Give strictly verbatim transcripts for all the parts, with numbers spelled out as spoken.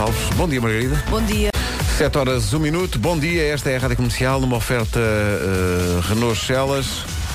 Gonçalves. Bom dia, Margarida. Bom dia. sete horas, um minuto. Bom dia, esta é a Rádio Comercial, numa oferta uh, Renault Celas.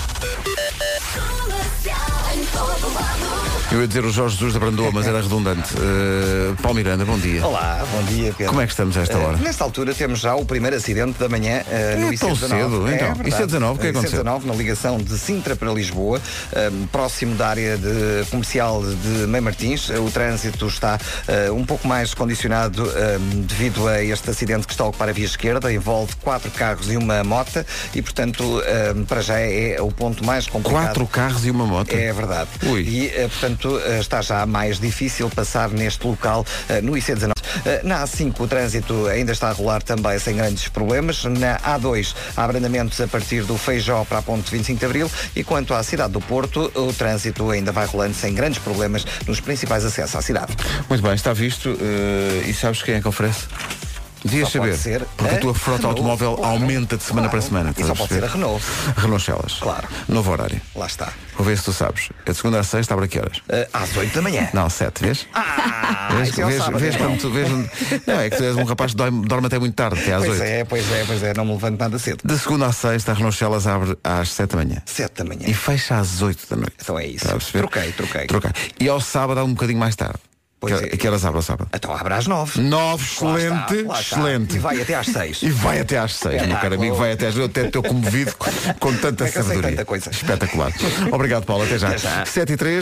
Eu ia dizer o Jorge Jesus da Brandoa, mas era redundante. Uh, Paulo Miranda, bom dia. Olá, bom dia, Pedro. Como é que estamos a esta hora? Uh, nesta altura temos já o primeiro acidente da manhã uh, no é I C tão dezanove. cedo, então. É I C dezanove, o que é que aconteceu? I C dezanove, na ligação de Sintra para Lisboa, uh, próximo da área de, comercial de Mãe Martins. Uh, o trânsito está uh, um pouco mais condicionado uh, devido a este acidente que está a ocupar a via esquerda. Envolve quatro carros e uma mota e, portanto, uh, para já é, é o ponto mais complicado. Quatro carros e uma moto? É verdade. Ui. E, uh, portanto, uh, está já mais difícil passar neste local uh, no I C dezanove. Uh, na A cinco o trânsito ainda está a rolar também sem grandes problemas. Na A dois há abrandamentos a partir do Feijó para a ponte vinte e cinco de Abril e quanto à cidade do Porto, o trânsito ainda vai rolando sem grandes problemas nos principais acessos à cidade. Muito bem, está visto. Uh, e sabes quem é que oferece? Devias Só pode saber, ser porque a tua frota Renault, automóvel claro, aumenta de semana claro. para semana. E só pode ser a Renault. Renault Celas. Claro. Novo horário. Lá está. Vou ver se tu sabes. É de segunda a sexta, abre a que horas? Uh, às oito da manhã. Não, sete, vês? Ah, vês, isso é o vês, sábado, vês então. como tu vês. Não, é que tu és um rapaz que dorme, dorme até muito tarde, até às Pois oito. é, pois é, pois é, não me levanto nada cedo. De segunda a sexta, a Renault Celas abre às sete da manhã. Sete da manhã. E fecha às oito da noite. Então é isso. Está a perceber? Troquei, troquei. Troquei. E ao sábado há um bocadinho mais tarde. Pois que, é. que horas abre ao sábado? Então abre às nove. Nove, Lá excelente, está, lá está. excelente. E vai até às seis. E vai até às seis, meu caro amigo, vai até às seis. Eu até estou comovido com tanta É que eu sei sabedoria. tanta coisa. Espetacular. Obrigado, Paulo. Até já. Até já. sete e três.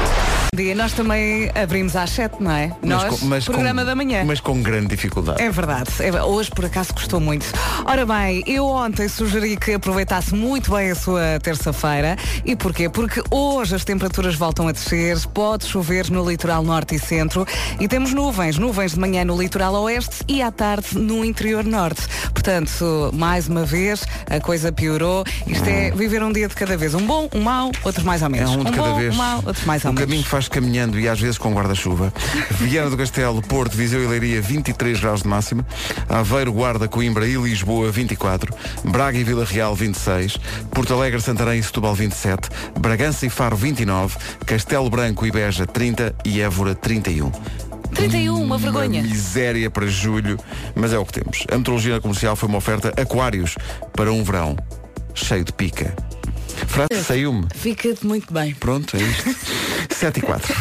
Dia, nós também abrimos às sete, não é? Nós, Mas com- mas programa com- da manhã. Mas com grande dificuldade. É verdade. É- hoje, por acaso, custou muito. Ora bem, eu ontem sugeri que aproveitasse muito bem a sua terça-feira. E porquê? Porque hoje as temperaturas voltam a descer, pode chover no litoral norte e centro e temos nuvens. Nuvens de manhã no litoral oeste e à tarde no interior norte. Portanto, mais uma vez, a coisa piorou. Isto é viver um dia de cada vez. Um bom, um mau, outros mais ou É menos. um de cada bom, vez. um mau, outros mais ou o menos. caminho faz caminhando e às vezes com guarda-chuva. Viana do Castelo, Porto, Viseu e Leiria, vinte e três graus de máxima. Aveiro, Guarda, Coimbra e Lisboa, vinte e quatro. Braga e Vila Real, vinte e seis. Porto Alegre, Santarém e Setúbal, vinte e sete. Bragança e Faro, vinte e nove. Castelo Branco e Beja, trinta. E Évora, trinta e um. trinta e um, uma vergonha. Uma miséria para julho, mas é o que temos. A meteorologia comercial foi uma oferta Aquários para um verão cheio de pica. Frate, saiu-me. Fica-te muito bem. Pronto, é isto. sete e quatro.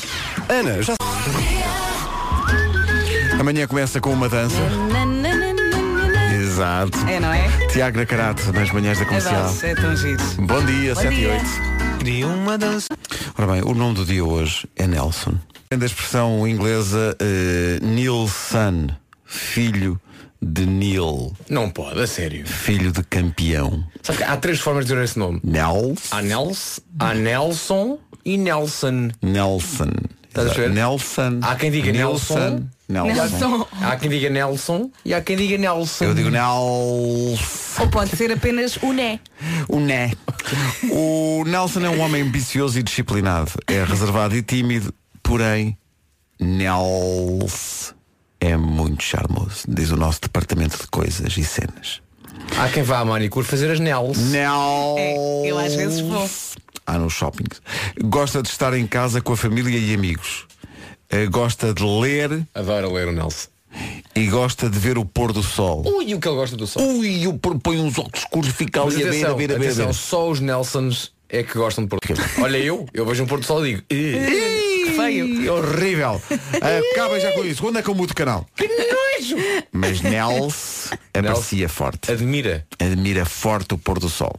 Ana, já... Amanhã começa com uma dança. Exato. É, não é? Tiago Nacarato, nas manhãs da É comercial. doce, é tão giro. Bom dia, Bom sete e dia. oito. Queria uma dança. Ora bem, o nome do dia hoje é Nelson. Da expressão inglesa uh, Nilson, filho de Neil, Não pode, a sério. filho de campeão. Sabe que há três formas de dizer esse nome. Nelson. Há Nelson, há Nelson e Nelson. Nelson. Estás a ver? Nelson. Há quem diga Nelson. Nelson. Nelson. Há quem diga Nelson e há quem diga Nelson. Eu digo Nelson. Ou pode ser apenas o né. O Né. O Nelson é um homem ambicioso e disciplinado. É reservado e tímido, porém Nelson é muito charmoso, diz o nosso departamento de coisas e cenas. Há quem vá à manicure fazer as Nels. Nelson. É, eu às vezes vou. Há nos shoppings. Gosta de estar em casa com a família e amigos. Eh, Gosta de ler Adoro ler o Nelson. e gosta de ver o pôr do sol. Ui, o que ele gosta do sol. Ui, eu põe uns óculos escuros e fica Mas ali a ver, a atenção, ver, a ver, a atenção, ver. só os Nelsons é que gostam de pôr do sol. Olha eu, eu vejo um pôr do sol e digo Que feio. horrível. Acaba já com isso. Quando é que eu mudo de canal? que nojo. Mas Nelson aprecia forte. Admira. Admira forte o pôr do sol.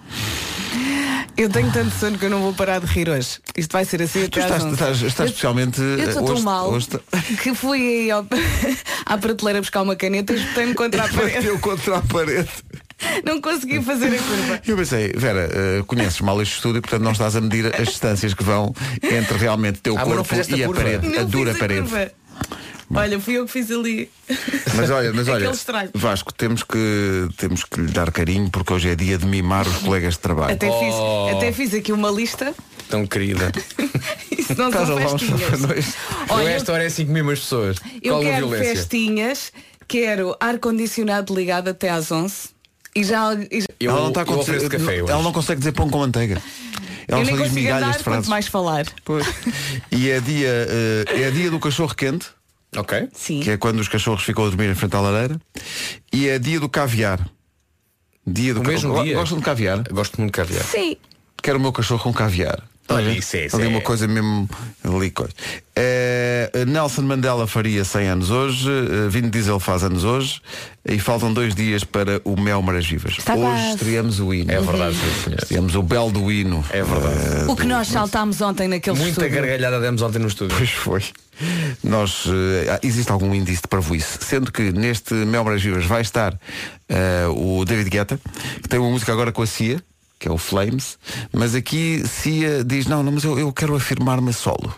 Eu tenho tanto sono que eu não vou parar de rir hoje. Isto vai ser assim Tu até às estás, onze. estás, estás Eu- especialmente Eu estou tão hoje, mal hoje que fui aí ao, à prateleira buscar uma caneta e espetei-me contra a parede. bateu contra a parede. Não consegui fazer a curva. Eu pensei, Vera, uh, conheces mal este estúdio, portanto não estás a medir as distâncias que vão entre realmente teu Ah, mas não corpo fizeste a e a curva? parede, a Não dura fiz parede. curva. Olha, fui eu que fiz ali. Mas olha, mas olha, Aquele estrago. Vasco, temos que, temos que lhe dar carinho porque hoje é dia de mimar os colegas de trabalho. Até, Oh. fiz, até fiz aqui uma lista. Tão querida. Isso não Estás a são levar uns festinhas. trapalhões. Eu Olha, esta hora é cinco mil pessoas. eu Qual a quero violência? festinhas, quero ar-condicionado ligado até às onze. E já, e já- Eu, ela não está a eu ofereço conseguir- café hoje. ela não consegue dizer pão com manteiga. Ela eu só nem diz consigo migalhas andar, de quanto frases. mais falar. Pois. E é dia, eh, é dia do cachorro quente. Ok. Sim. que é quando os cachorros ficam a dormir em frente à lareira. E é dia do caviar. Dia do O mesmo ca... dia? Gostam de caviar? Gosto muito de caviar. Sim. Quero o meu cachorro com caviar. Olha, isso é, isso Ali é. uma coisa mesmo ali coisa. É, Nelson Mandela faria cem anos hoje, uh, Vin Diesel faz anos hoje e faltam dois dias para o Mel Maras Vivas. Está hoje quase. estreamos o hino. É verdade, sim, senhor. Estreamos o belo do hino. É verdade. Uh, O que nós saltámos ontem naquele Muita estúdio. gargalhada demos ontem no estúdio. Pois foi. Nós, uh, existe algum índice de parvoíce, sendo que neste Mel Maras Vivas vai estar uh, o David Guetta, que tem uma música agora com a Cia, que é o Flames, mas aqui Cia diz, não, não, mas eu, eu quero afirmar-me a solo.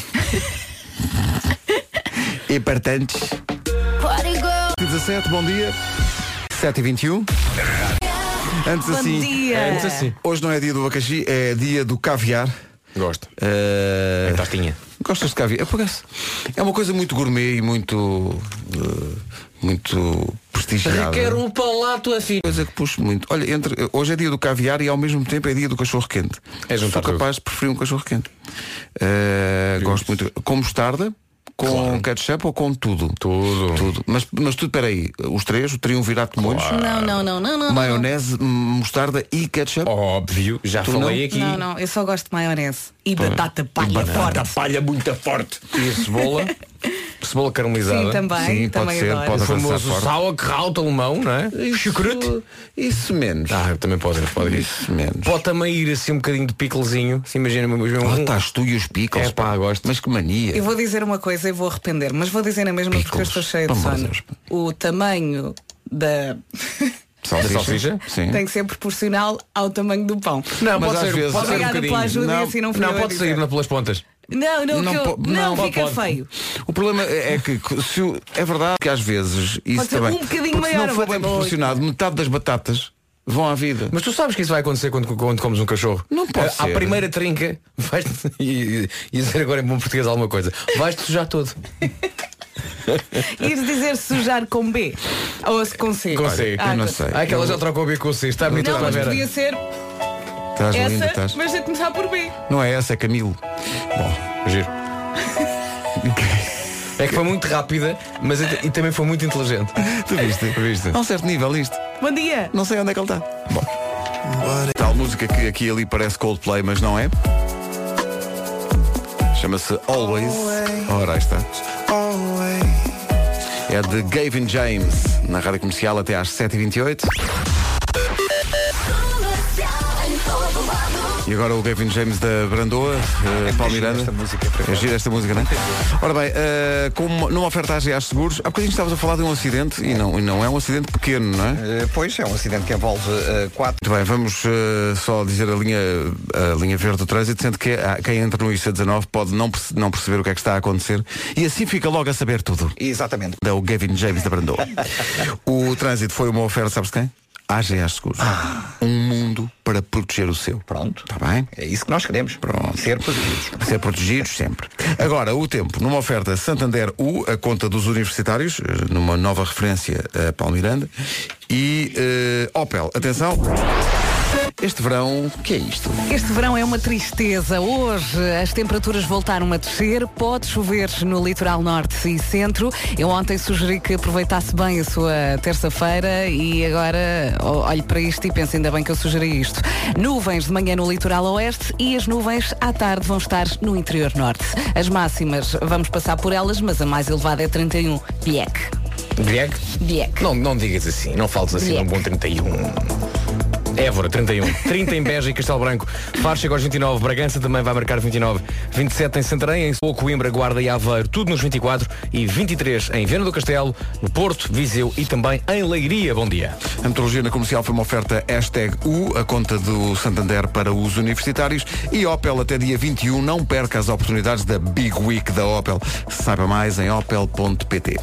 E portanto dezassete, bom dia. sete e vinte e um. Antes Bom assim, dia. Antes assim. hoje não é dia do abacaxi, é dia do caviar. Gosto. Uh, É tostinha. Gostas de caviar? Eu, é uma coisa muito gourmet e muito uh, muito prestigiada. Requer um palato a filho. Coisa que puxo muito. Olha, entre, hoje é dia do caviar e ao mesmo tempo é dia do cachorro quente. É juntar Sou capaz de preferir um cachorro quente. Uh, gosto muito. Com mostarda, com Claro. ketchup ou com tudo? Tudo. Tudo. Mas, mas tudo, peraí, os três, o triunvirato de molhos, Não, não, não, não, não. maionese, mostarda e ketchup. Óbvio, já Tu falei não? aqui. Não, não, eu só gosto de maionese. E batata palha forte. palha muito forte. E cebola. Cebola caramelizada. Sim, também. Sim, pode também ser, adoro. pode O famoso avançar forte. sauerkraut alemão, não é? Chucrute. Isso menos. Ah, também pode ir, pode ir. Isso menos. Pode também ir assim um bocadinho de picklezinho. Se imagina um. Lá estás tu e os pickles. É pá, gosto. Mas que mania. Eu vou dizer uma coisa e vou arrepender, mas vou dizer na mesma porque eu Pickles. estou cheia de Pelo amor de sono. Deus. O tamanho da Salsicha? Da salsicha? Sim. tem que ser proporcional ao tamanho do pão. Não, Mas pode às ser, vezes- pode ser um Obrigada bocadinho. pela ajuda Não, e assim não fui Não, eu a pode dizer. sair na- pelas pontas. Não, não, Não que eu- po- não, não, fica pode. feio. O problema é que se o- é verdade que às vezes isso Pode ser também. um bocadinho porque se maior, não for pode bem ser proporcionado, metade das batatas vão à vida. Mas tu sabes que isso vai acontecer quando, quando comes um cachorro? Não pode À ser. primeira trinca, vais e, e dizer agora em bom português alguma coisa. Vais-te sujar todo. Ias dizer sujar com B ou se com C? Com C. Ah, eu não com sei. Ah, aquela já trocou o B com o C. Está bonita Não, a mas Vera. podia ser Estás linda, essa, estás. mas a começar por B. Não é essa, é Camilo. Bom, giro. É que foi muito rápida, mas e também foi muito inteligente. Tu viste? Viste? A um certo nível isto. Bom dia. Não sei onde é que ele está. Bom. Tal música que aqui e ali parece Coldplay, mas não é. Chama-se Always. Ora, aí está. É de Gavin James, na Rádio Comercial até às sete e vinte e oito. E agora o Gavin James da Brandoa, uh, Paulo Miranda. esta música, por acaso. É gira esta música, não é? Ora bem, uh, como numa oferta à A G A Seguros, há bocadinho estavas a falar de um acidente e não, e não é um acidente pequeno, não é? Eh, Pois, é um acidente que envolve eh, quatro. Muito bem, vamos uh, só dizer a linha, a linha verde do trânsito, sendo que ah, quem entra no I C dezanove pode não, perce- não perceber o que é que está a acontecer e assim fica logo a saber tudo. Exatamente. É o Gavin James da Brandoa. O trânsito foi uma oferta, sabes de quem? A G A Seguros. Um mundo para proteger o seu. Pronto. Está bem? É isso que nós queremos. Pronto. Ser protegidos. Ser protegidos sempre. Agora, o tempo, numa oferta Santander U, a conta dos universitários, eh, numa nova referência a Paulo Miranda, e eh, Opel. Atenção, este verão, o que é isto? Este verão é uma tristeza. Hoje as temperaturas voltaram a descer, pode chover no litoral norte e centro. Eu ontem sugeri que aproveitasse bem a sua terça-feira e agora ó, olhe para isto e pense, ainda bem que eu sugeri isto. Nuvens de manhã no litoral oeste e as nuvens à tarde vão estar no interior norte. As máximas, vamos passar por elas, mas a mais elevada é trinta e um. Biec. Greg? Biec. Não, não digas assim, não faltes assim Greg. num bom trinta e um. Évora, trinta e um. trinta em Beja e Castelo Branco. Faro chega aos vinte e nove. Bragança também vai marcar vinte e nove. vinte e sete em Santarém, em Lisboa, Coimbra, Guarda e Aveiro. Tudo nos vinte e quatro. E vinte e três em Viana do Castelo, no Porto, Viseu e também em Leiria. Bom dia. A meteorologia na comercial foi uma oferta hashtag U, a conta do Santander para os universitários, e Opel até dia vinte e um. Não perca as oportunidades da Big Week da Opel. Saiba mais em opel ponto pt.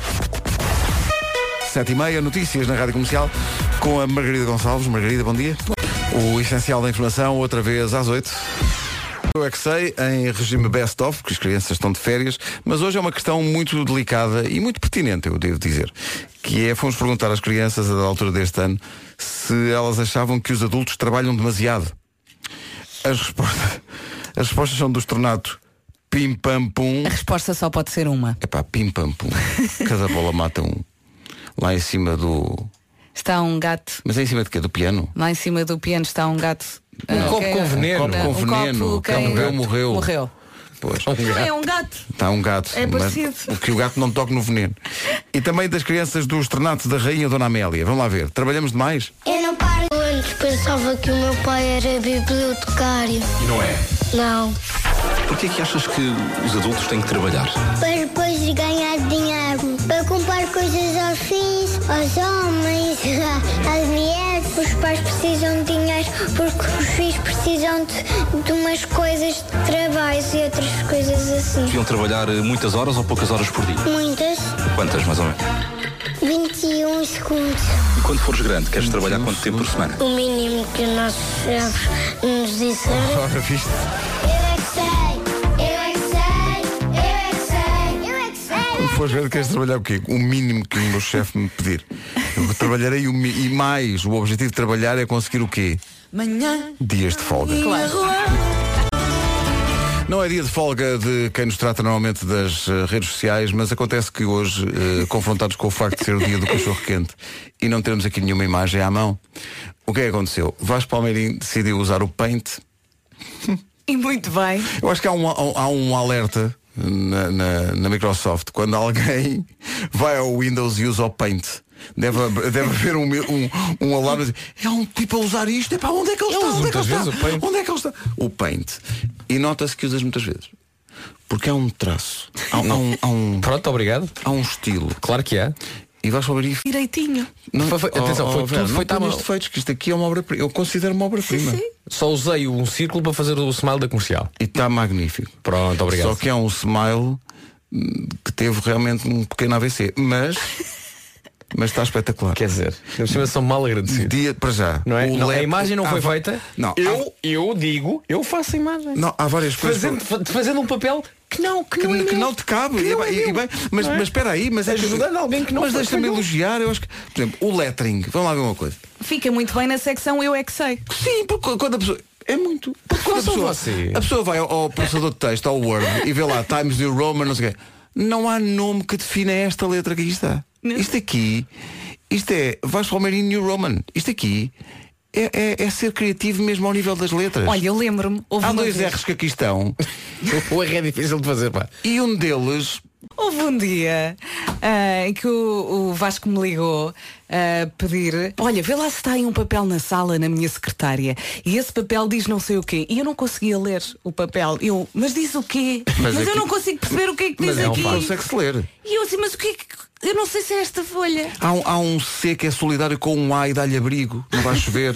Sete e meia, notícias na Rádio Comercial com a Margarida Gonçalves. Margarida, bom dia. O essencial da informação, outra vez às oito. Eu é que sei, em regime best-of, porque as crianças estão de férias, mas hoje é uma questão muito delicada e muito pertinente, eu devo dizer, que é, fomos perguntar às crianças, a da altura deste ano, se elas achavam que os adultos trabalham demasiado. As respostas, as respostas são do estornado Pim pam pum. A resposta só pode ser uma. É pá, pim pam pum. Cada bola mata um. Lá em cima do... Está um gato. Mas é em cima de quê? Do piano? Lá em cima do piano está um gato. Um uh, copo que- com veneno. Um copo com Um veneno. copo, Quem quem- morreu, morreu. Morreu. Pois. Não, é um gato. Está um gato. É mas parecido. o que o gato não toque no veneno. E também das crianças do Estrenato da Rainha Dona Amélia. Vamos lá ver. Trabalhamos demais? Eu não paro. Eu antes pensava que o meu pai era bibliotecário. E não é? Não. Porquê é que achas que os adultos têm que trabalhar? Para depois ganhar dinheiro. Para comprar coisas aos filhos, aos homens, às mulheres. Os pais precisam de dinheiro porque os filhos precisam de, de umas coisas de trabalho e outras coisas assim. Deviam trabalhar eh, muitas horas ou poucas horas por dia? Muitas. Quantas, mais ou menos? vinte e um segundos. E quando fores grande, queres trabalhar quanto tempo por semana? O mínimo que os nossos chefes nos disseram. Ora, viste? Eu é que sei, eu é que sei, eu é que sei, eu é que sei. Quando fores ver, queres trabalhar o quê? O mínimo que o meu chefe me pedir. Eu trabalharei o mi- e mais. O objetivo de trabalhar é conseguir o quê? Manhã. Dias de folga. Claro. Não é dia de folga de quem nos trata normalmente das eh, redes sociais, mas acontece que hoje, eh, confrontados com o facto de ser o dia do cachorro quente e não termos aqui nenhuma imagem à mão, o que é que aconteceu? Vasco Palmeirim decidiu usar o Paint. E muito bem. Eu acho que há um, há um alerta na, na, na Microsoft quando alguém vai ao Windows e usa o Paint. Deve, deve haver um, um, um alarme assim, é um tipo a usar isto, é para onde é que ele Eu está? uso Onde é que ele muitas está? vezes o Paint. Onde é que ele está? O Paint. E nota-se que usas muitas vezes. Porque há um traço, há, há um, há, um, Pronto, obrigado. há um estilo. Claro que é. E vais falar e Direitinho. não, Foi- foi- atenção, foi Vera, tudo não feito à ponhas mão. defeitos, que isto aqui é uma obra-prima. Eu considero uma obra-prima. Só usei um círculo para fazer o smile da comercial. E está magnífico. Pronto, obrigado. Só que é um smile hum, que teve realmente um pequeno A V C. Mas Mas está espetacular. Quer dizer, por cima são mal agradecidos. Dia para já. Não é? O Não, a leque- imagem não há foi va- feita. Não, eu, eu digo, eu faço a imagem. Não, há várias coisas. Fazendo, fa- fazendo um papel que não, que, Que, não, é que meu. não te cabe. Que E não bem- é e meu. bem, mas, Não é? mas espera aí, mas é que- Ajudando alguém que não Mas foi- deixa-me falhou. elogiar, eu acho que, por exemplo, o lettering, vamos lá ver uma coisa. Fica muito bem na secção Eu é que sei. Sim, porque quando a pessoa. É muito. Porque quando a são pessoa, vocês? a pessoa vai ao, ao processador de texto, ao Word, e vê lá Times New Roman, não sei o quê. Não há nome que defina esta letra que aqui está. Isto aqui, isto é Vasco Palmeirim New Roman. Isto aqui é, é, é ser criativo mesmo ao nível das letras. Olha, eu lembro-me, houve Há uma dois vez, R's que aqui estão O R é difícil de fazer, pá. e um deles. houve um dia ah, em que o, o Vasco me ligou a pedir, olha, vê lá se está aí um papel na sala na minha secretária e esse papel diz não sei o quê e eu não conseguia ler o papel. Eu, mas diz o quê? Mas Mas, eu aqui- não consigo perceber o que é que diz Mas é um aqui. consegue-se ler. E eu assim, mas o que é que... Eu não sei se é esta folha. Há um, há um C que é solidário com um A e dá-lhe abrigo. Não vai chover.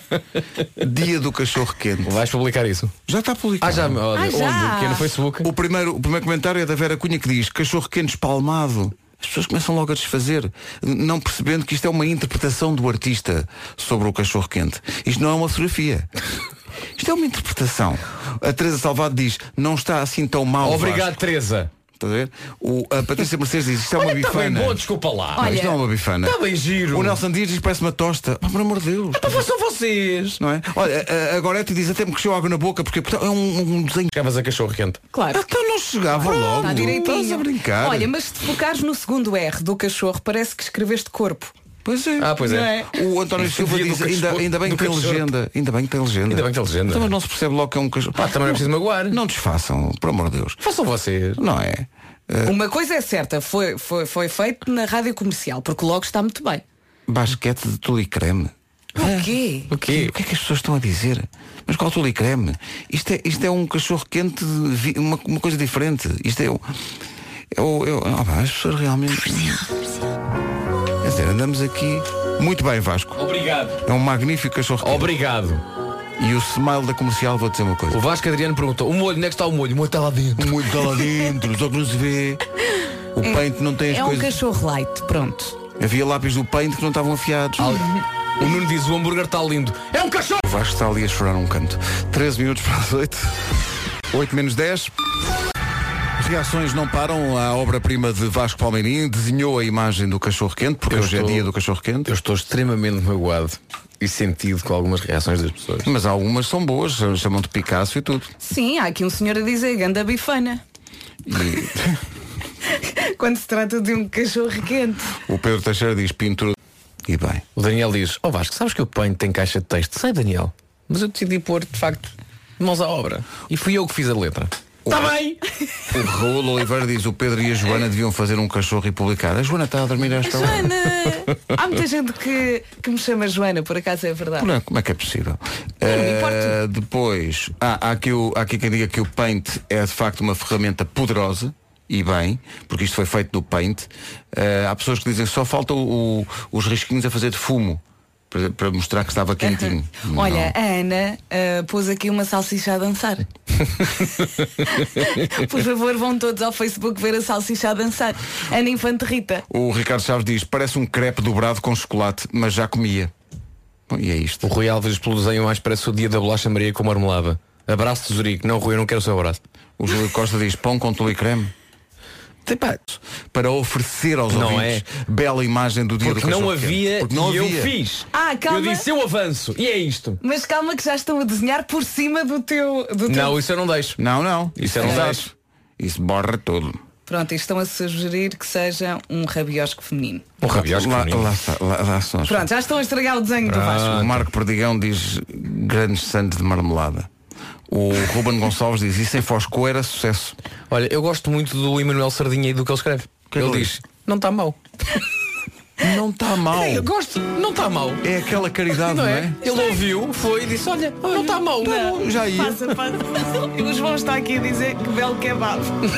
Dia do cachorro quente. Vais publicar isso? Já está Ah, publicado. já, olha, Ah, já. onde? Que é no Facebook? O primeiro, o primeiro comentário é da Vera Cunha que diz cachorro quente espalmado. As pessoas começam logo a desfazer, não percebendo que isto é uma interpretação do artista sobre o cachorro quente. Isto não é uma fotografia. Isto é uma interpretação. A Teresa Salvado diz, não está assim tão mal. Obrigado, Vasco. Teresa. Está a ver? O, a Patrícia Mercedes diz, isto é uma Olha, está bem bifana. bom, desculpa lá. Não, isto não é uma bifana. Está bem giro. O Nelson Dias diz parece uma tosta. Oh, por amor de Deus. Pá, são vocês. Não é? Olha, a, a Gorete diz até me cresceu água na boca porque portanto, é um, um desenho. Chegavas a cachorro quente. Claro. Então não chegava logo. Está direitinho. Estás a brincar. Olha, mas se focares no segundo R do cachorro, parece que escreveste corpo. Pois é. Ah, pois Não é. é? O António Isso Silva dia do diz, ainda, cachorro- ainda bem do que tem cachorro. legenda. Ainda bem que tem legenda. Ainda bem que tem legenda. Então, mas não se percebe logo que é um cachorro. Pá, também não é preciso magoar. Não desfaçam, por amor de Deus. Façam vocês. Não é? Uma coisa é certa, foi, foi, foi feito na rádio comercial, porque logo está muito bem. Basquete de tule e creme. O quê? O quê? O que é que as pessoas estão a dizer? Mas qual tule e creme? Isto é, isto é um cachorro quente, de vi- uma, uma coisa diferente. Isto é o. É o, é o ah, pá, as pessoas realmente. Quer dizer, andamos aqui. Muito bem, Vasco. Obrigado. É um magnífico cachorro quente. Obrigado. E o smile da comercial, vou dizer uma coisa. O Vasco Adriano perguntou, o molho, onde é que está o molho? O molho está lá dentro. O molho está lá dentro, só que não se vê. O Paint não tem as É um coisas. cachorro light, pronto. Havia lápis do Paint que não estavam afiados. O Nuno diz, o hambúrguer está lindo. É um cachorro! O Vasco está ali a chorar um canto. treze minutos para as oito. oito menos dez. reações não param. A obra-prima de Vasco Palmeirim desenhou a imagem do cachorro-quente, porque Eu hoje estou- é dia do cachorro-quente. Eu estou extremamente magoado e sentido com algumas reações das pessoas. Mas algumas são boas, chamam-te Picasso e tudo. Sim, há aqui um senhor a dizer ganda bifana. E Quando se trata de um cachorro quente. o Pedro Teixeira diz pintura. E bem. O Daniel diz, ó oh Vasco, sabes que o Paint tem caixa de texto? Sei, Daniel, mas eu decidi pôr, de facto, mãos à obra. E fui eu que fiz a letra. Está bem! O Raul Oliveira diz o Pedro e a Joana deviam fazer um cachorro e publicar. A Joana está a dormir a esta hora. Joana! Há muita gente que, que me chama Joana, por acaso é verdade. Não, como é que é possível? Não me Eh, importo. depois, ah, há, aqui o, há aqui quem diga que o Paint é de facto uma ferramenta poderosa. E bem, porque isto foi feito no Paint. Eh, há pessoas que dizem que só faltam o- os risquinhos a fazer de fumo para, para mostrar que estava quentinho. Olha, a Ana ah, pôs aqui uma salsicha a dançar. Por favor, vão todos ao Facebook ver a salsicha a dançar. Ana Infante Rita. O Ricardo Chaves diz, parece um crepe dobrado com chocolate, mas já comia. Bom, e é isto. O Rui Alves pelo desenho mais parece o dia da bolacha Maria com marmelada. Abraço de Zurique. Não, Rui, eu não quero o seu abraço. O Júlio Costa diz, pão com tule e creme. Epá, Para oferecer aos Não ouvintes bela imagem do dia porque do não cachorro-quente. havia Porque não e eu havia. fiz. Ah, calma. Eu disse eu avanço. E é isto. Mas calma que já estão a desenhar por cima do teu... Do teu... Não, isso eu não deixo. Não, não. Isso é um Exato. deixo. Isso borra tudo. Pronto, e estão a sugerir que seja um rabiosco feminino. Um rabiosco lá, feminino. lá, está, lá, lá são as- Pronto, já estão a estragar o desenho do Vasco. O Marco Perdigão diz grandes sandes de marmelada. O Ruben Gonçalves diz isso em Fosco era sucesso. Olha, eu gosto muito do Emanuel Sardinha e do que ele escreve. que é que ele ele diz, não está mal. Não está mal. Eu gosto, não está mal. É aquela caridade, Não não é? é? Ele ouviu, foi e disse, olha, não está mal. Não, já ia. Passa, passa. E os vão estar aqui a dizer que belo kebab.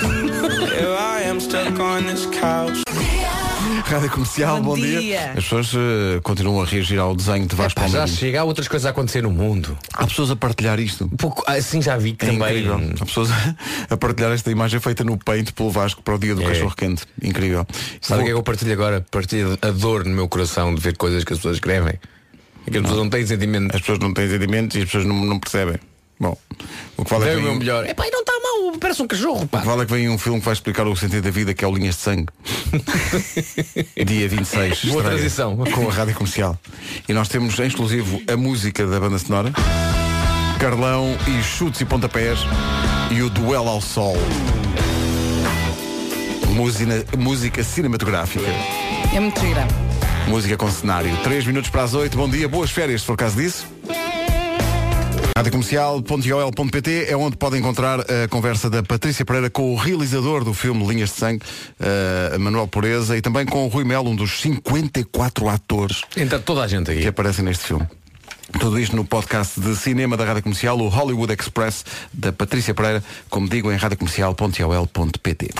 Rádio Comercial, bom, Bom dia. dia. As pessoas eh, continuam a reagir ao desenho de Vasco Epá, já Palmeirim. chega, há outras coisas a acontecer no mundo. Há pessoas a partilhar isto. Um pouco, assim já vi que É também. incrível. Há pessoas a partilhar esta imagem feita no Paint pelo Vasco para o dia do É. cachorro quente. Incrível. Sabe o que é que eu partilho agora? Partilho a dor no meu coração de ver coisas que as pessoas escrevem. É que as pessoas não têm sentimento. As pessoas não têm sentimentos e as pessoas não, não percebem. Bom, o que vale é Dei que o meu vem, melhor. Epá, e não está mal, parece um cachorro, pá. o que vale é que vem um filme que vai explicar o sentido da vida, que é o Linhas de Sangue. Dia vinte e seis. Boa estreia transição. Com a Rádio Comercial. E nós temos em exclusivo a música da banda sonora, Carlão e chutes e pontapés e o Duelo ao Sol. Música, música cinematográfica. É muito gira. Música com cenário. três minutos para as oito. Bom dia, boas férias, se for caso disso. rádio comercial ponto i o l ponto p t é onde pode encontrar a conversa da Patrícia Pereira com o realizador do filme Linhas de Sangue, uh, Manuel Pureza, e também com o Rui Melo, um dos cinquenta e quatro atores Entra toda a gente que aqui. aparecem neste filme. Tudo isto no podcast de cinema da Rádio Comercial, o Hollywood Express, da Patrícia Pereira, como digo, em rádio comercial ponto i o l ponto p t.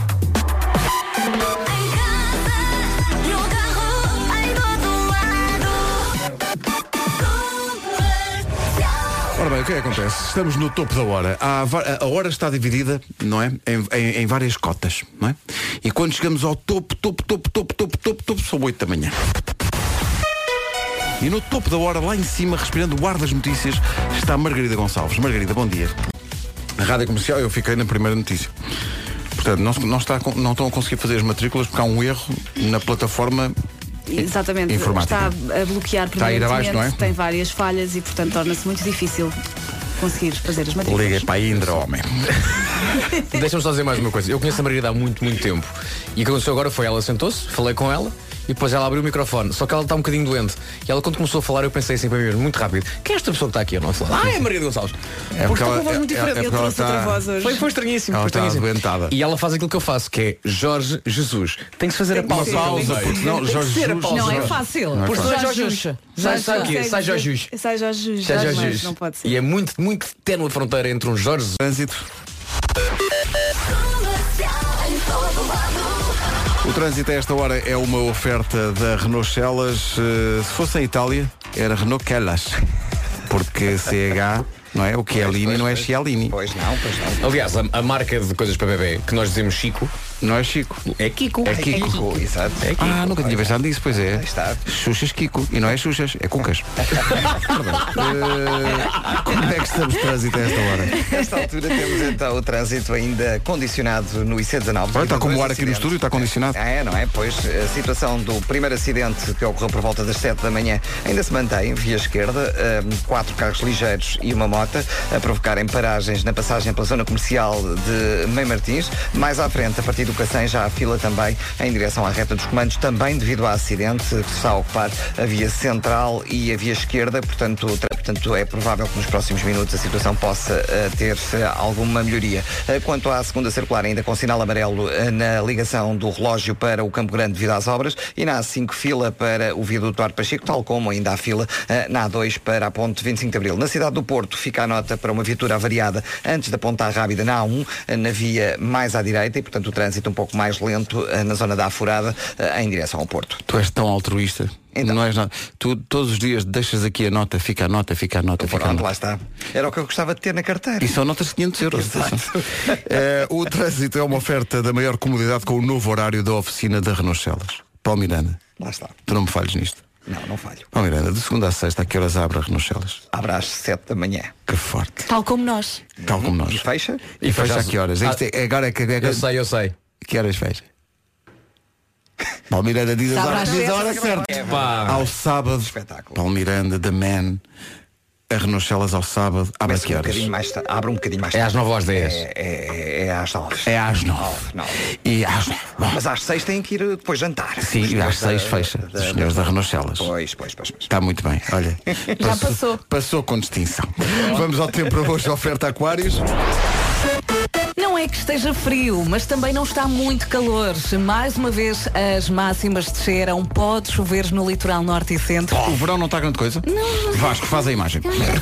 Ora bem, o que é que acontece? Estamos no topo da hora. Há va- a hora está dividida, não é? Em, em- em várias cotas, não é? E quando chegamos ao topo, topo, topo, topo, topo, topo, topo, são oito da manhã. E no topo da hora, lá em cima, respirando o ar das notícias, está a Margarida Gonçalves. Margarida, bom dia. A Rádio Comercial, eu fiquei na primeira notícia. Portanto, não, se- não, está, a con- não estão a conseguir fazer as matrículas porque há um erro na plataforma. Exatamente, Informática. está a bloquear Está a ir abaixo, não é? tem várias falhas e portanto torna-se muito difícil conseguir fazer as matrículas. Liga para a Indra, homem. Deixa-me só dizer mais uma coisa. Eu conheço a Margarida há muito, muito tempo. E o que aconteceu agora foi, ela sentou-se, falei com ela e depois ela abriu o microfone. Só que ela está um bocadinho doente. E ela quando começou a falar eu pensei assim para mim, muito rápido. Quem é esta pessoa que está aqui ao nosso lado? Ah, é a Margarida Gonçalves. É porque está com ela- uma voz muito é- diferente. é Eu porque ela trouxe outra está- voz hoje. Foi, foi estranhíssimo. Ela foi está estranhíssimo. adoentada. E ela faz aquilo que eu faço, que é Jorge Jesus. Tem que se fazer Tem a que pausa. ser, pelo pausa, meio. porque senão Tem que Jorge ser a Jesus- pausa. Não é Jorge. fácil. Não é Por fácil. isso, Jorge Jorge Xuxa. Sai, sai o quê? Consegue Sai dizer- Jorge. Sai Jorge Sai Jorge, Jorge mas não pode ser. E é muito, muito ténue a fronteira entre um Jorge Trânsito. O trânsito a esta hora é uma oferta da Renault Celas. Eh, se fosse em Itália, era Renault Celas. Porque C H, não é? O que é Lini não é Chialini. Pois não, pois não. Aliás, a, a marca de coisas para bebê que nós dizemos Chico Não é Chico. É Kiko. É Kiko, Kiko. Exato. É Kiko. Ah, nunca tinha pensado nisso, pois é. Aí está. Xuxas Kiko. E não é Xuxas, é Cucas. uh, como é que estamos de trânsito a esta hora? Nesta altura temos então o trânsito ainda condicionado no I C dezanove. Olha, está como o ar aqui no estúdio, está condicionado. É, não é? Pois a situação do primeiro acidente que ocorreu por volta das sete da manhã ainda se mantém, via esquerda, um, quatro carros ligeiros e uma moto a provocarem paragens na passagem pela zona comercial de Mãe Martins. Mais à frente, a partir do Cacém, já há fila também em direção à reta dos comandos, também devido ao acidente que está a ocupar a via central e a via esquerda, portanto, portanto é provável que nos próximos minutos a situação possa uh, ter uh, alguma melhoria. Uh, quanto à segunda circular, ainda com sinal amarelo uh, na ligação do relógio para o Campo Grande devido às obras, e na A cinco fila para o viaduto Duarte Pacheco, tal como ainda há fila uh, na A dois para a ponte vinte e cinco de Abril. Na cidade do Porto fica a nota para uma viatura avariada antes da ponta rápida na A um, uh, na via mais à direita, e portanto o trânsito um pouco mais lento uh, na zona da Afurada uh, em direção ao Porto. Tu és tão altruísta. Então. Não és nada. Tu todos os dias deixas aqui a nota, fica a nota, fica a nota, fica a nota. Lá está. Era o que eu gostava de ter na carteira. E são notas de quinhentos euros. é, o trânsito é uma oferta da maior comodidade com o novo horário da oficina da Renault Celas. Paulo Miranda. Lá está. Tu não me falhes nisto. Não, não falho. Paulo Miranda, de segunda a sexta, a que horas abre a Renault Celas? Abre às sete da manhã. Que forte. Tal como nós. Tal como nós. E fecha? E, e fecha, fecha a que horas? Ah, Isto é, agora é que... É, eu sei, eu sei. Que horas fecha? Paulo Miranda diz, as horas, diz a hora certa. É, ao sábado, espetáculo. Paulo Miranda, The Man, a Renault Celas ao sábado, abre a que horas? Um mais, abre um bocadinho mais tarde. É às nove ou às dez? É, é, é às nove. É às nove. E às nove. Mas às seis têm que ir depois jantar. Sim, e às seis da, fecha. Da, os senhores da, da Renault Celas. Pois, pois, pois, pois. Está muito bem, olha. Já passou. Passou, passou com distinção. Vamos ao tempo para hoje, oferta Aquários. Não é que esteja frio, mas também não está muito calor. Mais uma vez, as máximas desceram. Pode chover no litoral norte e centro. O verão não está grande coisa? Não. Vasco, faz a imagem.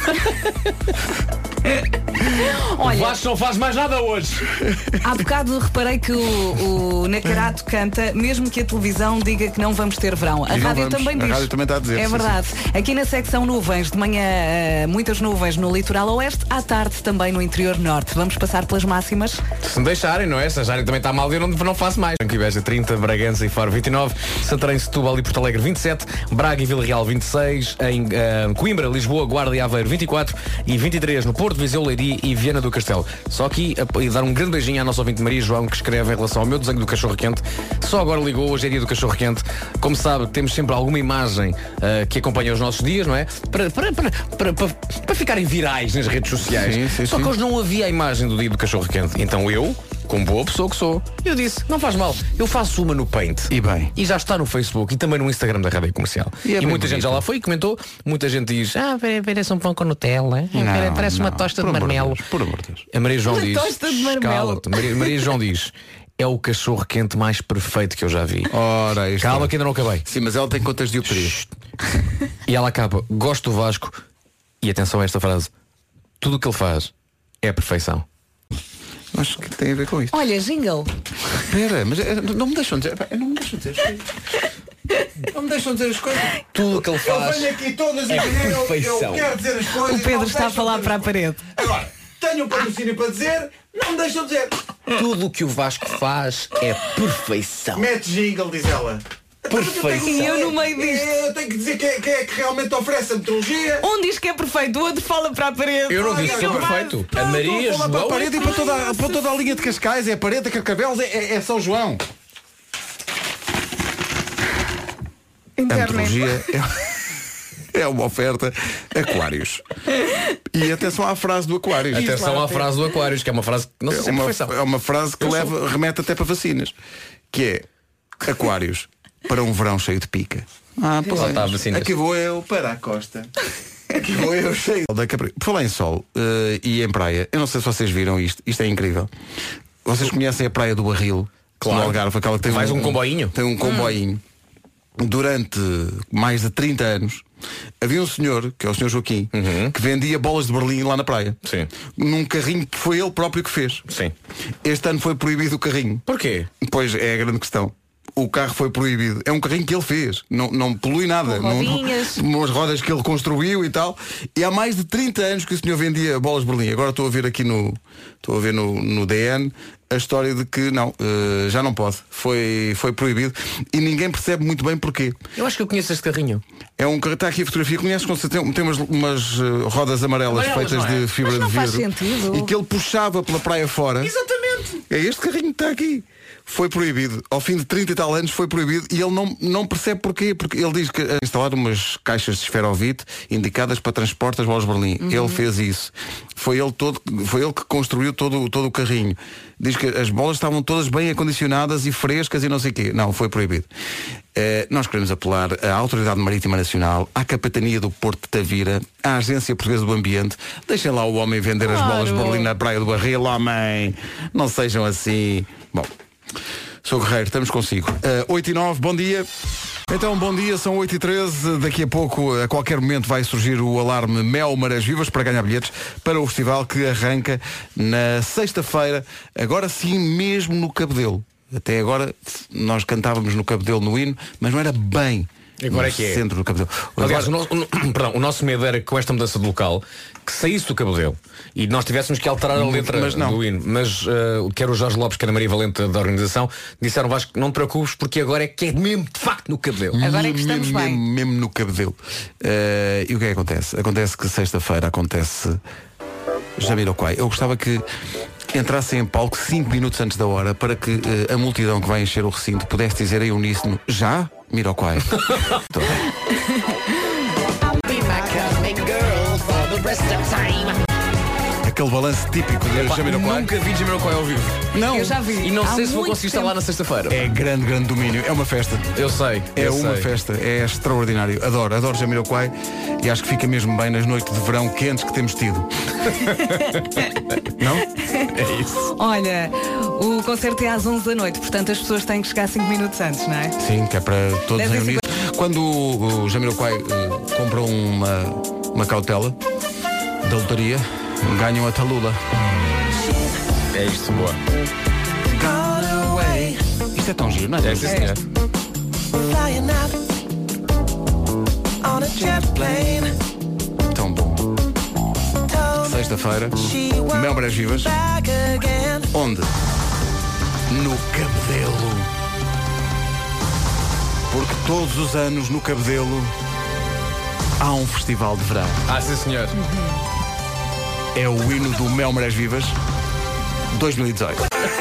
Olha, o Vasco não faz mais nada hoje. Há bocado reparei que o, o Nacarato canta, mesmo que a televisão diga que não vamos ter verão. A rádio vamos. também diz. A rádio também está a dizer. É sim, verdade. Sim. Aqui na secção nuvens, de manhã muitas nuvens no litoral oeste, à tarde também no interior norte. Vamos passar pelas máximas. Se me deixarem, não é? Se a Jária também está mal, eu não, não faço mais. Aqui Beja trinta, Bragança e Faro vinte e nove, Santarém, Setúbal e Porto Alegre vinte e sete, Braga e Vila Real vinte e seis, em uh, Coimbra, Lisboa, Guarda e Aveiro vinte e quatro e vinte e três no Porto, Viseu, Leiria e Viana do Castelo. Só aqui a, a dar um grande beijinho à nossa ouvinte Maria João, que escreve em relação ao meu desenho do cachorro quente. Só agora ligou, hoje é dia do cachorro quente. Como sabe, temos sempre alguma imagem uh, que acompanha os nossos dias, não é? Para, para, para, para, para, para ficarem virais nas redes sociais. Sim, sim, Só sim. que hoje não havia a imagem do dia do cachorro quente. Então eu, como boa pessoa que sou, eu disse, não faz mal, eu faço uma no Paint. E bem. E já está no Facebook e também no Instagram da Rádio Comercial. E, é e muita bonito. gente já lá foi e comentou. Muita gente diz, ah, parece um pão com Nutella. Não, parece não, uma tosta por de amor marmelo. Deus, por amor de Deus. A Maria João Uma diz, tosta de marmelo. cala-te. Maria, Maria João diz, é o cachorro quente mais perfeito que eu já vi. Ora, isto Calma é. que ainda não acabei. Sim, mas ela tem contas de dioptria. E ela acaba, gosto do Vasco. E atenção a esta frase, tudo o que ele faz é a perfeição. Acho que tem a ver com isso. Olha, jingle. Espera, mas eh, não me deixam dizer. Não me deixam dizer as coisas. Não me deixam dizer as coisas. Tudo o que ele faz. Eu venho aqui todas é a dizer, eu, perfeição. eu quero dizer as coisas. O Pedro não está a deixam falar dizer para a as coisas. parede. Agora, tenho um patrocínio para dizer, não me deixam dizer. Tudo o que o Vasco faz é perfeição. Mete jingle, diz ela. Perfeição. E eu no meio disto. Eu tenho que dizer quem é, quem é que realmente oferece a metrologia. Um diz que é perfeito, o outro fala para a parede. Eu não Olha, disse que é não perfeito. vai. A Maria Estou a falar para a João parede e para toda, a- para toda a linha de Cascais. É a parede, a Carcavelos, é, é, é São João. A Internet. metrologia é, é uma oferta Aquários. E atenção à frase do Aquários. Atenção à frase do Aquários, que é uma frase que não sei É se é uma, perfeição. é uma frase que Eu leva, sou. remete até para vacinas. Que é Aquários para um verão cheio de pica. Ah, pois Lá é. está, vacinas. Aqui vou eu para a costa. Aqui vou eu cheio da Capri. Por falar em sol eh, e em praia, eu não sei se vocês viram isto, isto é incrível. Vocês conhecem a praia do Barril? Claro. No Algarve, aquela que tem Mais um comboinho. Tem um comboinho. Durante mais de trinta anos havia um senhor, que é o senhor Joaquim, Uhum. que vendia bolas de Berlim lá na praia. Sim. Num carrinho que foi ele próprio que fez. Sim. Este ano foi proibido o carrinho. Porquê? Pois é a grande questão. o carro foi proibido. É um carrinho que ele fez, não, não polui nada. Com rodinhas. Não, umas rodas que ele construiu e tal. E há mais de trinta anos que o senhor vendia bolas de Berlim. Agora estou a ver aqui no, estou a ver no, no D N a história de que não, uh, já não pode. Foi, foi proibido. E ninguém percebe muito bem porquê. Eu acho que eu conheço este carrinho. É um carro, está aqui a fotografia, conheces, com tem, tem umas, umas uh, rodas amarelas, Amarelas, feitas não é? de fibra Mas não de faz vidro. sentido. E que ele puxava pela praia fora. Exatamente. É este carrinho que está aqui. Foi proibido. Ao fim de trinta e tal anos foi proibido e ele não, não percebe porquê. Porque ele diz que instalar umas caixas de esferovite indicadas para transporte das bolas de Berlim. Uhum. Ele fez isso. Foi ele, todo, foi ele que construiu todo, todo o carrinho. Diz que as bolas estavam todas bem acondicionadas e frescas e não sei o quê. Não, foi proibido. Uh, nós queremos apelar à Autoridade Marítima Nacional, à Capitania do Porto de Tavira, à Agência Portuguesa do Ambiente. Deixem lá o homem vender claro. as bolas de Berlim na Praia do Barril, homem. Não sejam assim. Bom, Sou Guerreiro, estamos consigo. Uh, oito e nove, bom dia. Então, bom dia, são oito e treze. Daqui a pouco, a qualquer momento, vai surgir o alarme Mel Marés Vivas para ganhar bilhetes para o festival que arranca na sexta-feira, agora sim mesmo no Cabedelo. Até agora nós cantávamos no Cabedelo no hino, mas não era bem agora no é que é. centro do Cabedelo. Aliás, Agora... o, no, o, perdão, o nosso medo era que com esta mudança de local que saísse do Cabedelo e nós tivéssemos que alterar a letra mas não. do hino. Mas uh, quer o Jorge Lopes, quer a Maria Valente da organização, disseram, Vasco, não te preocupes porque agora é que é mesmo de facto no Cabedelo. Agora é que estamos mesmo, bem. mesmo, mesmo no Cabedelo. Uh, e o que é que acontece? Acontece que sexta-feira acontece Jamiroquai. Eu gostava que entrassem em palco cinco minutos antes da hora para que uh, a multidão que vai encher o recinto pudesse dizer em uníssono, já? Miroquai. Aquele balanço típico de Epá, Jamiroquai. nunca vi Jamiroquai ao vivo. Não. Eu já vi. E não Há sei se vou muito conseguir estar tempo. lá na sexta-feira. É grande, grande domínio. É uma festa. Eu sei. É eu uma sei. festa. É extraordinário. Adoro, adoro Jamiroquai e acho que fica mesmo bem nas noites de verão quentes que temos tido. Não? É isso. Olha, o concerto é às onze da noite, portanto as pessoas têm que chegar cinco minutos antes, não é? Sim, que é para todos Deve em ser uníssono. Quando o, o Jamiroquai uh, compra uma, uma cautela da lotaria, ganham a talula. É isto, boa. Isto é tão giro, não é? É, sim, senhor. Tão bom. Sexta-feira, Mel Marés Vivas. Onde? No Cabedelo. Porque todos os anos no Cabedelo há um festival de verão. Ah, sim, senhor. É o hino do Mel Marés Vivas dois mil e dezoito.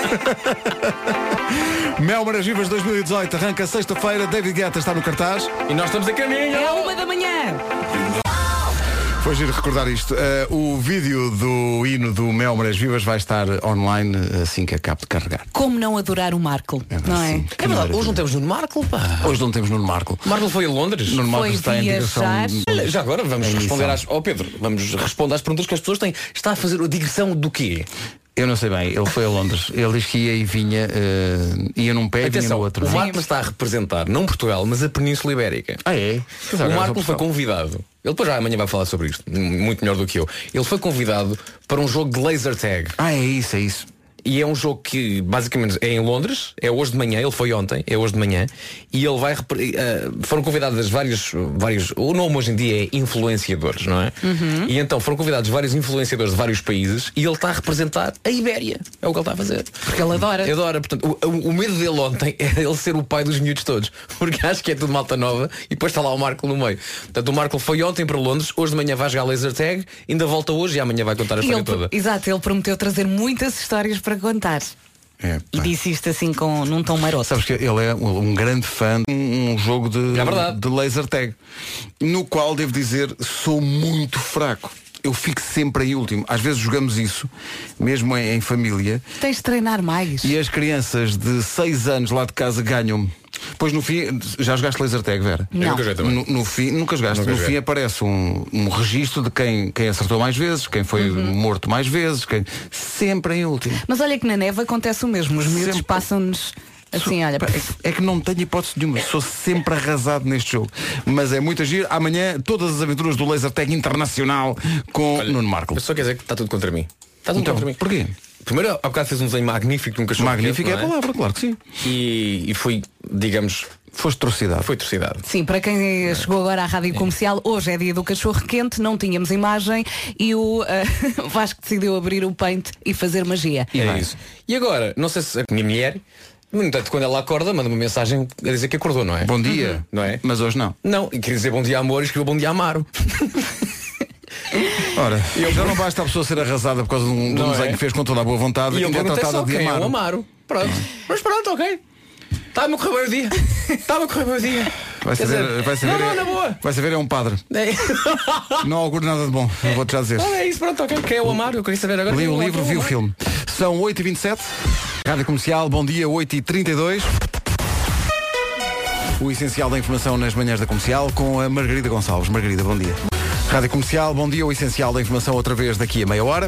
Mel Marés Vivas dois mil e dezoito arranca sexta-feira. David Guetta está no cartaz. E nós estamos a caminho. É uma da manhã. Foi giro recordar isto. Uh, o vídeo do hino do Mel Marés Vivas vai estar online assim que acabe de carregar. Como não adorar o Marco, É, não é? sim. É verdade, hoje não temos Nuno Marco, pá. Hoje não temos Nuno Marco. Marco foi a Londres. Nuno Marco Foi está em digressão. viajar. Olha, já agora vamos É responder isso. às... Ó Pedro, vamos responder às perguntas que as pessoas têm. Está a fazer a digressão do quê? Eu não sei bem, ele foi a Londres. Ele diz que ia e vinha, uh, ia num pé e vinha Atenção, no outro. o Marco está a representar não Portugal, mas a Península Ibérica. Ah, é? O Marco foi convidado. Ele depois já amanhã vai falar sobre isto, muito melhor do que eu. Ele foi convidado para um jogo de laser tag. Ah, é isso, é isso. E é um jogo que basicamente é em Londres, é hoje de manhã, ele foi ontem, é hoje de manhã, e ele vai, uh, foram convidados vários, vários, o nome hoje em dia é influenciadores, não é? Uhum. E então foram convidados vários influenciadores de vários países e ele está a representar a Ibéria, é o que ele está a fazer. Porque ele adora. Ele adora, portanto, o, o, o medo dele ontem era ele ser o pai dos miúdos todos, porque acho que é tudo malta nova e depois está lá o Marco no meio. Portanto, o Marco foi ontem para Londres, hoje de manhã vai jogar laser tag, ainda volta hoje e amanhã vai contar a E história ele, toda. exato, ele prometeu trazer muitas histórias para contar. É, E disse isto assim com, num tom maroto. Sabes que ele é um, um grande fã de um, um jogo de, É verdade. de laser tag, no qual, devo dizer, sou muito fraco. Eu fico sempre em último. Às vezes jogamos isso, mesmo em, em família, Tens de treinar mais. e as crianças de seis anos lá de casa ganham-me. Pois no fim, já jogaste laser tag, Vera? Não. Eu nunca joguei também. No, no fim, nunca jogaste. Nunca no joguei. fim aparece um, um registro de quem, quem acertou mais vezes, quem foi Uhum. morto mais vezes, quem... sempre em último. Mas olha que na neve acontece o mesmo. Os miúdos Sempre. passam-nos assim, olha. Pá, É que, é que não tenho hipótese nenhuma. Sou sempre arrasado neste jogo. Mas é muito agir. Amanhã, todas as aventuras do laser tag internacional com Olha, Nuno Marco. Eu só quer dizer que está tudo contra mim. Está tudo Então, contra mim. porquê? Primeiro, há bocado fez um desenho magnífico de um cachorro. Magnífico quente, é a palavra, claro que sim. E, e foi, digamos... Foste atrocidade. Foi atrocidade. Sim, para quem chegou agora à Rádio Comercial, hoje é dia do cachorro quente, não tínhamos imagem e o uh, Vasco decidiu abrir o Paint e fazer magia. E é isso. E agora, não sei se a minha mulher, no entanto, quando ela acorda, manda uma mensagem a dizer que acordou, não é? Bom dia. Uhum. Não é? Mas hoje não. Não, e queria dizer bom dia amor e escreveu bom dia Amaro. Ora, eu já não basta a pessoa ser arrasada por causa de um, de um desenho é? que fez com toda a boa vontade E e eu ainda é perguntei tratada só de quem é Amaro. o Amaro. Pronto. Mas pronto, ok. Está-me a correr bem o dia. Está-me a correr bem o dia. Vai saber, dizer, vai saber, não, não, é, na boa. vai saber é um padre. É. Não auguro nada de bom, eu vou-te já dizer. Não, é isso, pronto, ok. Quem é o Amaro? Eu queria saber agora. Li quem é o livro, quem é vi o Amaro. filme. São oito e vinte e sete. Rádio Comercial, bom dia, oito e trinta e dois. O essencial da informação nas manhãs da Comercial com a Margarida Gonçalves. Margarida, bom dia. Rádio Comercial, bom dia, o essencial da informação outra vez daqui a meia hora.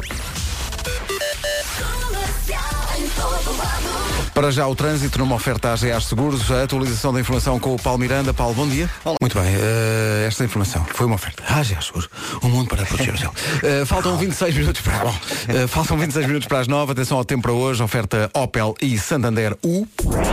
Para já o trânsito numa oferta à A G A Seguros, a atualização da informação com o Paulo Miranda. Paulo, bom dia. Olá. Muito bem, uh, esta informação foi uma oferta à A G A Seguros, o mundo para proteger o céu. Uh, faltam vinte e seis minutos para bom, uh, faltam vinte e seis minutos para as nove. Atenção ao tempo para hoje, oferta Opel e Santander U.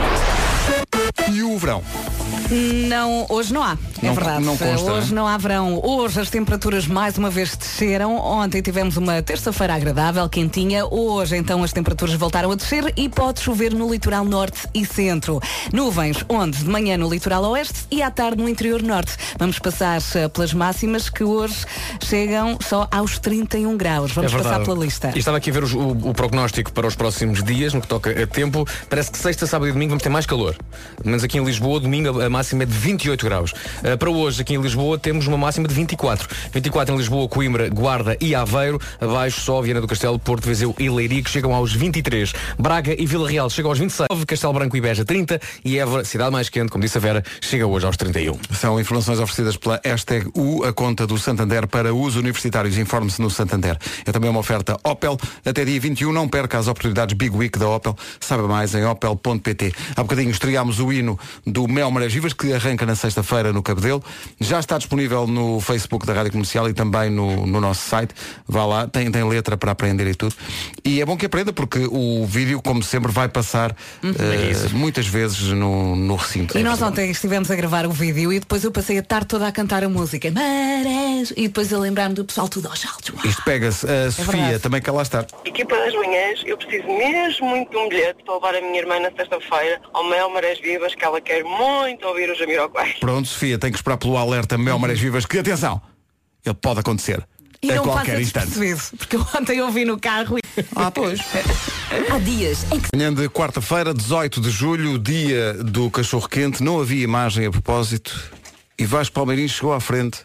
E o verão. Não, hoje não há, é Não- verdade. não consta, hoje né? não há verão. Hoje as temperaturas mais uma vez desceram. Ontem tivemos uma terça-feira agradável, quentinha. Hoje então as temperaturas voltaram a descer e pode chover no litoral norte e centro. Nuvens onde? De manhã no litoral oeste e à tarde no interior norte. Vamos passar eh, pelas máximas que hoje chegam só aos trinta e um graus. Vamos É verdade. passar pela lista. E estava aqui a ver os- o, o prognóstico para os próximos dias, no que toca a tempo. Parece que sexta, sábado e domingo vamos ter mais calor. Pelo menos aqui em Lisboa, domingo a máxima é de vinte e oito graus. Uh, para hoje, aqui em Lisboa, temos uma máxima de vinte e quatro. vinte e quatro em Lisboa, Coimbra, Guarda e Aveiro. Abaixo só Viana do Castelo, Porto, Viseu e Leiria, que chegam aos vinte e três. Braga e Vila Real chegam aos vinte e seis. Castelo Branco e Beja, trinta. E Évora, cidade mais quente, como disse a Vera, chega hoje aos trinta e um. São informações oferecidas pela hashtag U, a conta do Santander para uso universitários. Informe-se no Santander. É também uma oferta Opel. Até dia vinte e um não perca as oportunidades Big Week da Opel. Saiba mais em opel ponto pt. Há bocadinho estreámos o hino do Mel Marés Vivas, que arranca na sexta-feira no Cabedelo. Já está disponível no Facebook da Rádio Comercial e também no, no nosso site. Vá lá, tem, tem letra para aprender e tudo. E é bom que aprenda porque o vídeo, como sempre, vai passar Uhum. uh, muitas vezes no, no recinto. E nós ontem estivemos a gravar o vídeo e depois eu passei a tarde toda a cantar a música. Marés! E depois a lembrar-me do pessoal tudo aos saltos. Isto pega-se. A Sofia verdade. também que lá está. Equipa das manhãs, eu preciso mesmo muito de um bilhete para levar a minha irmã na sexta-feira ao Mel Marés Vivas, que ela quer muito ouvir o Jamiroquai. Pronto, Sofia, tem que esperar pelo alerta Mel Marés Vivas, que atenção, ele pode acontecer E a não qualquer passa instante. despercebido, porque eu ontem ouvi no carro e... Ah, pois. Há dias em que Manhã de quarta-feira, dezoito de julho, dia do cachorro quente, não havia imagem a propósito e Vasco Palmeirinho chegou à frente.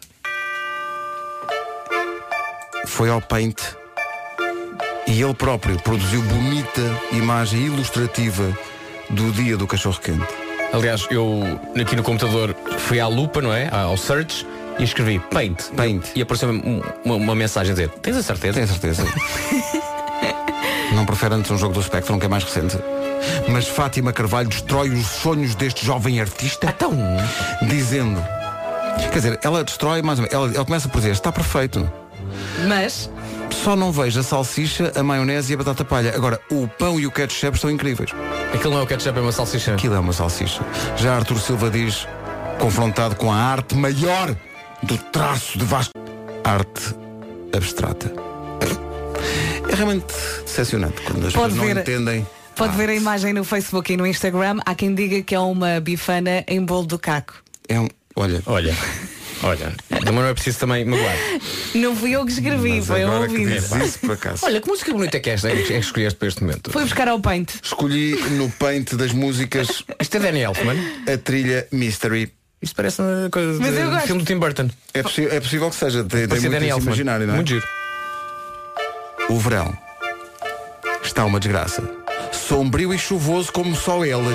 Foi ao Paint e ele próprio produziu bonita imagem ilustrativa do dia do cachorro quente. Aliás, eu aqui no computador fui à lupa, não é? Ao search e escrevi Paint. Paint. E apareceu uma, uma, uma mensagem a dizer, tens a certeza? Tenho certeza. Não prefere antes um jogo do Spectrum, que é mais recente. Mas Fátima Carvalho destrói os sonhos deste jovem artista. Então, Dizendo. Quer dizer, ela destrói mais ou menos. Ela, ela começa por dizer, está perfeito. Mas... Só não vejo a salsicha, a maionese e a batata palha. Agora, o pão e o ketchup estão incríveis. aquilo não é o ketchup, é uma salsicha. Aquilo é uma salsicha. Já Artur Silva diz, confrontado com a arte maior do traço de Vasco. Arte abstrata. É realmente decepcionante quando as Pode pessoas não ver- entendem. Pode a ver a arte. imagem no Facebook e no Instagram. Há quem diga que é uma bifana em bolo do caco. É um. Olha. Olha, olha, mas não é preciso também magoar. Não fui eu que escrevi, Mas foi um agora que ouvinte. dizes isso por acaso. Olha, que música bonita é que esta é que escolheste para este momento? Foi buscar ao Paint. Escolhi no Paint das músicas Isto é Danny Elfman. a trilha Mystery. Isto parece uma coisa Mas eu de gosto. filme do Tim Burton. É, possi é possível que seja. Tem, tem Pode ser muito Danny esse Elfman. imaginário, não é? Muito giro. O verão está uma desgraça. Sombrio e chuvoso como só ele.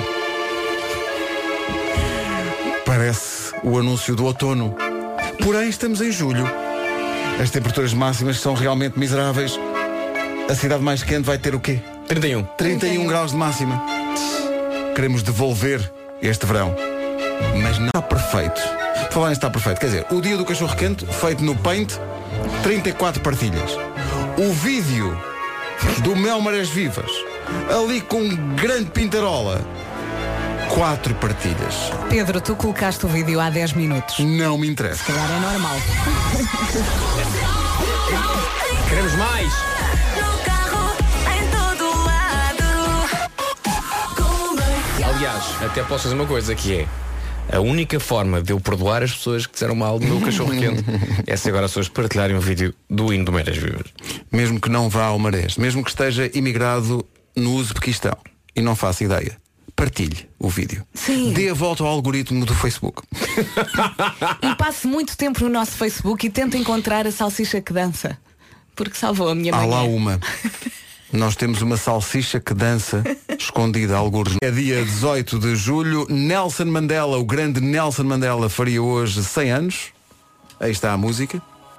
Parece o anúncio do outono. Porém, estamos em julho. As temperaturas máximas são realmente miseráveis. A cidade mais quente vai ter o quê? trinta e um. trinta e um graus de máxima. Queremos devolver este verão. Mas não está perfeito. Por falar em está perfeito. Quer dizer, o dia do cachorro quente, feito no Paint, trinta e quatro partilhas. O vídeo do Mel Marés Vivas, ali com grande pintarola, quatro partilhas. Pedro, tu colocaste o vídeo há dez minutos. Não me interessa. Se calhar é normal. Queremos mais. Aliás, até posso fazer uma coisa que é a única forma de eu perdoar as pessoas que disseram mal do meu cachorro quente é se agora as pessoas partilharem um vídeo do hino do Marés Vivas. Mesmo que não vá ao Marés, mesmo que esteja imigrado no Uzbequistão e não faça ideia, partilhe o vídeo. Sim. Dê a volta ao algoritmo do Facebook. E passe muito tempo no nosso Facebook e tente encontrar a salsicha que dança. Porque salvou a minha Há manhã. lá uma. Nós temos uma salsicha que dança escondida a algures. É dia dezoito de julho. Nelson Mandela, o grande Nelson Mandela, faria hoje cem anos. Aí está a música.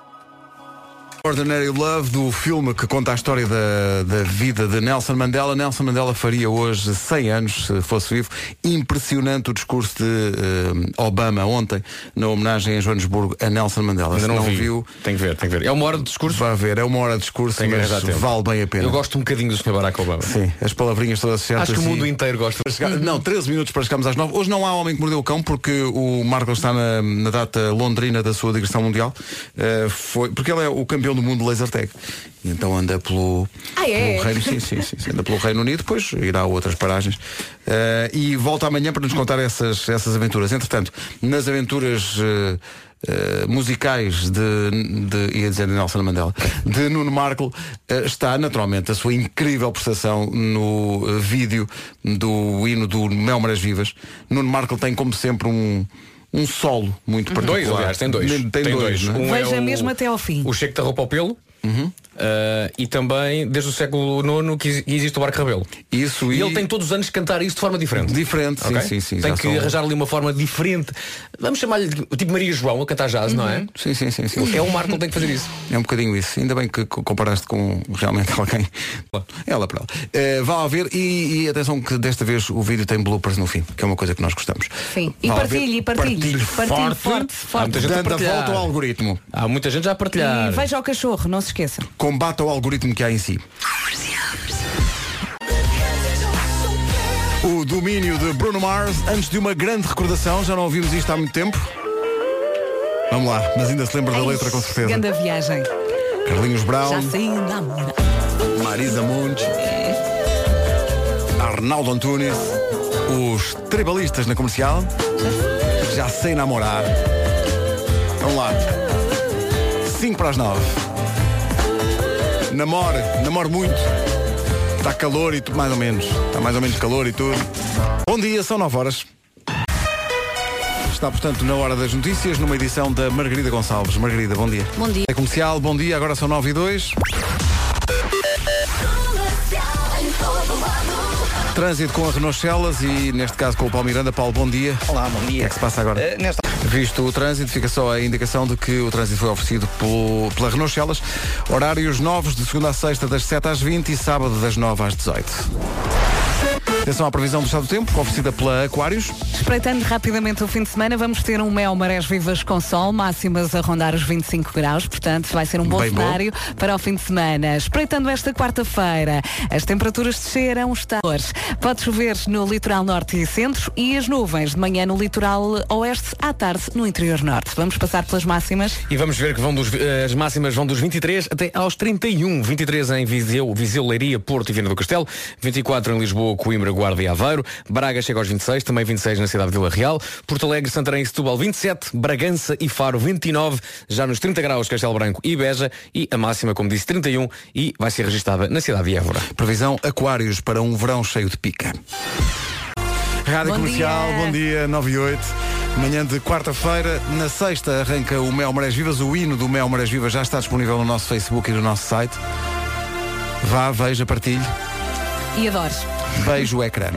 Ordinary Love, do filme que conta a história da, da vida de Nelson Mandela. Nelson Mandela faria hoje cem anos, se fosse vivo. Impressionante o discurso de uh, Obama ontem, na homenagem em Joanesburgo a Nelson Mandela. Ainda Se não, não vi. viu, tem que ver, tem que ver. É uma hora de discurso? Vai ver, é uma hora de discurso, Tem que mas arranjar tempo. vale bem a pena. Eu gosto um bocadinho do senhor Barack Obama. Sim, as palavrinhas todas certas. Acho que o mundo e... inteiro gosta. Não, treze minutos para chegarmos às nove. Hoje não há Homem que Mordeu o Cão, porque o Marco está na, na data londrina da sua digressão mundial. Uh, foi, porque ele é o campeão do mundo de laser tag. E então anda pelo, ah, é? pelo Reino, sim, sim, sim, anda pelo Reino Unido, depois irá a outras paragens. Uh, e volta amanhã para nos contar essas, essas aventuras. Entretanto, nas aventuras uh, uh, musicais de, de, ia dizer de Nelson Mandela, de Nuno Marco, uh, está naturalmente a sua incrível prestação no uh, vídeo do hino do Mel Marés Vivas. Nuno Marco tem, como sempre, um um solo muito particular. Dois, aliás, tem dois. Tem, tem dois, dois. Não é? Um Veja é o, mesmo até ao fim. O Cheque da Roupa ao Pelo. Uhum. Uh, e também desde o século nono que existe o Barco Rebelo. Isso, e e ele tem todos os anos cantar isso de forma diferente. Diferente, okay? sim, sim, sim. Tem que são... arranjar ali uma forma diferente. Vamos chamar-lhe tipo Maria João a cantar jazz, uhum. não é? Sim, sim, sim, sim. É o Marco que tem que fazer isso. É um bocadinho isso. Ainda bem que comparaste com realmente alguém. Ela para ela. Uh, vá a ver e, e atenção que desta vez o vídeo tem bloopers no fim, que é uma coisa que nós gostamos. Sim. E vá partilhe, partilhe. Partilhe forte, forte, forte, forte. Há muita gente a Dando a partilhar. volta ao algoritmo. Há muita gente já a partilhar. E veja o cachorro, não se esqueça. Combata o algoritmo que há em si. O domínio de Bruno Mars, antes de uma grande recordação, já não ouvimos isto há muito tempo. Vamos lá, mas ainda se lembra da letra com certeza. Grande viagem. Carlinhos Brown, Já sei namorar. Marisa Monte, Arnaldo Antunes, os tribalistas na Comercial. Já sei namorar. Vamos lá. cinco para as nove. Namore, namore muito. Está calor e tudo, mais ou menos. Está mais ou menos calor e tudo. Bom dia, são nove horas. Está, portanto, na hora das notícias, numa edição da Margarida Gonçalves. Margarida, bom dia. Bom dia. É Comercial, bom dia, agora são nove e dois. Trânsito com a Renault Celas e, neste caso, com o Paulo Miranda. Paulo, bom dia. Olá, bom O que dia. é que se passa agora? Uh, nesta... Visto o trânsito, fica só a indicação de que o trânsito foi oferecido pelo, pela Renault Celas. Horários novos de segunda a sexta, das sete às vinte e sábado das nove às dezoito. Atenção à previsão do estado do tempo, oferecida pela Aquários. Espreitando rapidamente o fim de semana, vamos ter um Mel Marés Vivas com sol, máximas a rondar os vinte e cinco graus, portanto vai ser um bom Bem cenário bom. para o fim de semana. Espreitando esta quarta-feira, as temperaturas desceram, está... Pode chover no litoral norte e centro e as nuvens de manhã no litoral oeste, à tarde no interior norte. Vamos passar pelas máximas. E vamos ver que vão dos, as máximas vão dos vinte e três até aos trinta e um. vinte e três em Viseu, Viseu, Leiria, Porto e Viana do Castelo. vinte e quatro em Lisboa, Coimbra, Guarda e Aveiro. Braga chega aos vinte e seis, também vinte e seis na cidade de Vila Real. Porto Alegre, Santarém e Setúbal vinte e sete. Bragança e Faro vinte e nove. Já nos trinta graus Castelo Branco e Beja. E a máxima, como disse, trinta e um e vai ser registada na cidade de Évora. Previsão Aquários para um verão cheio de pica. Rádio Bom Comercial, dia. bom dia, nove e oito. Manhã de quarta-feira, na sexta arranca o Mel Marés Vivas. O hino do Mel Marés Vivas já está disponível no nosso Facebook e no nosso site. Vá, veja, partilhe. E adores. Beijo o ecrã.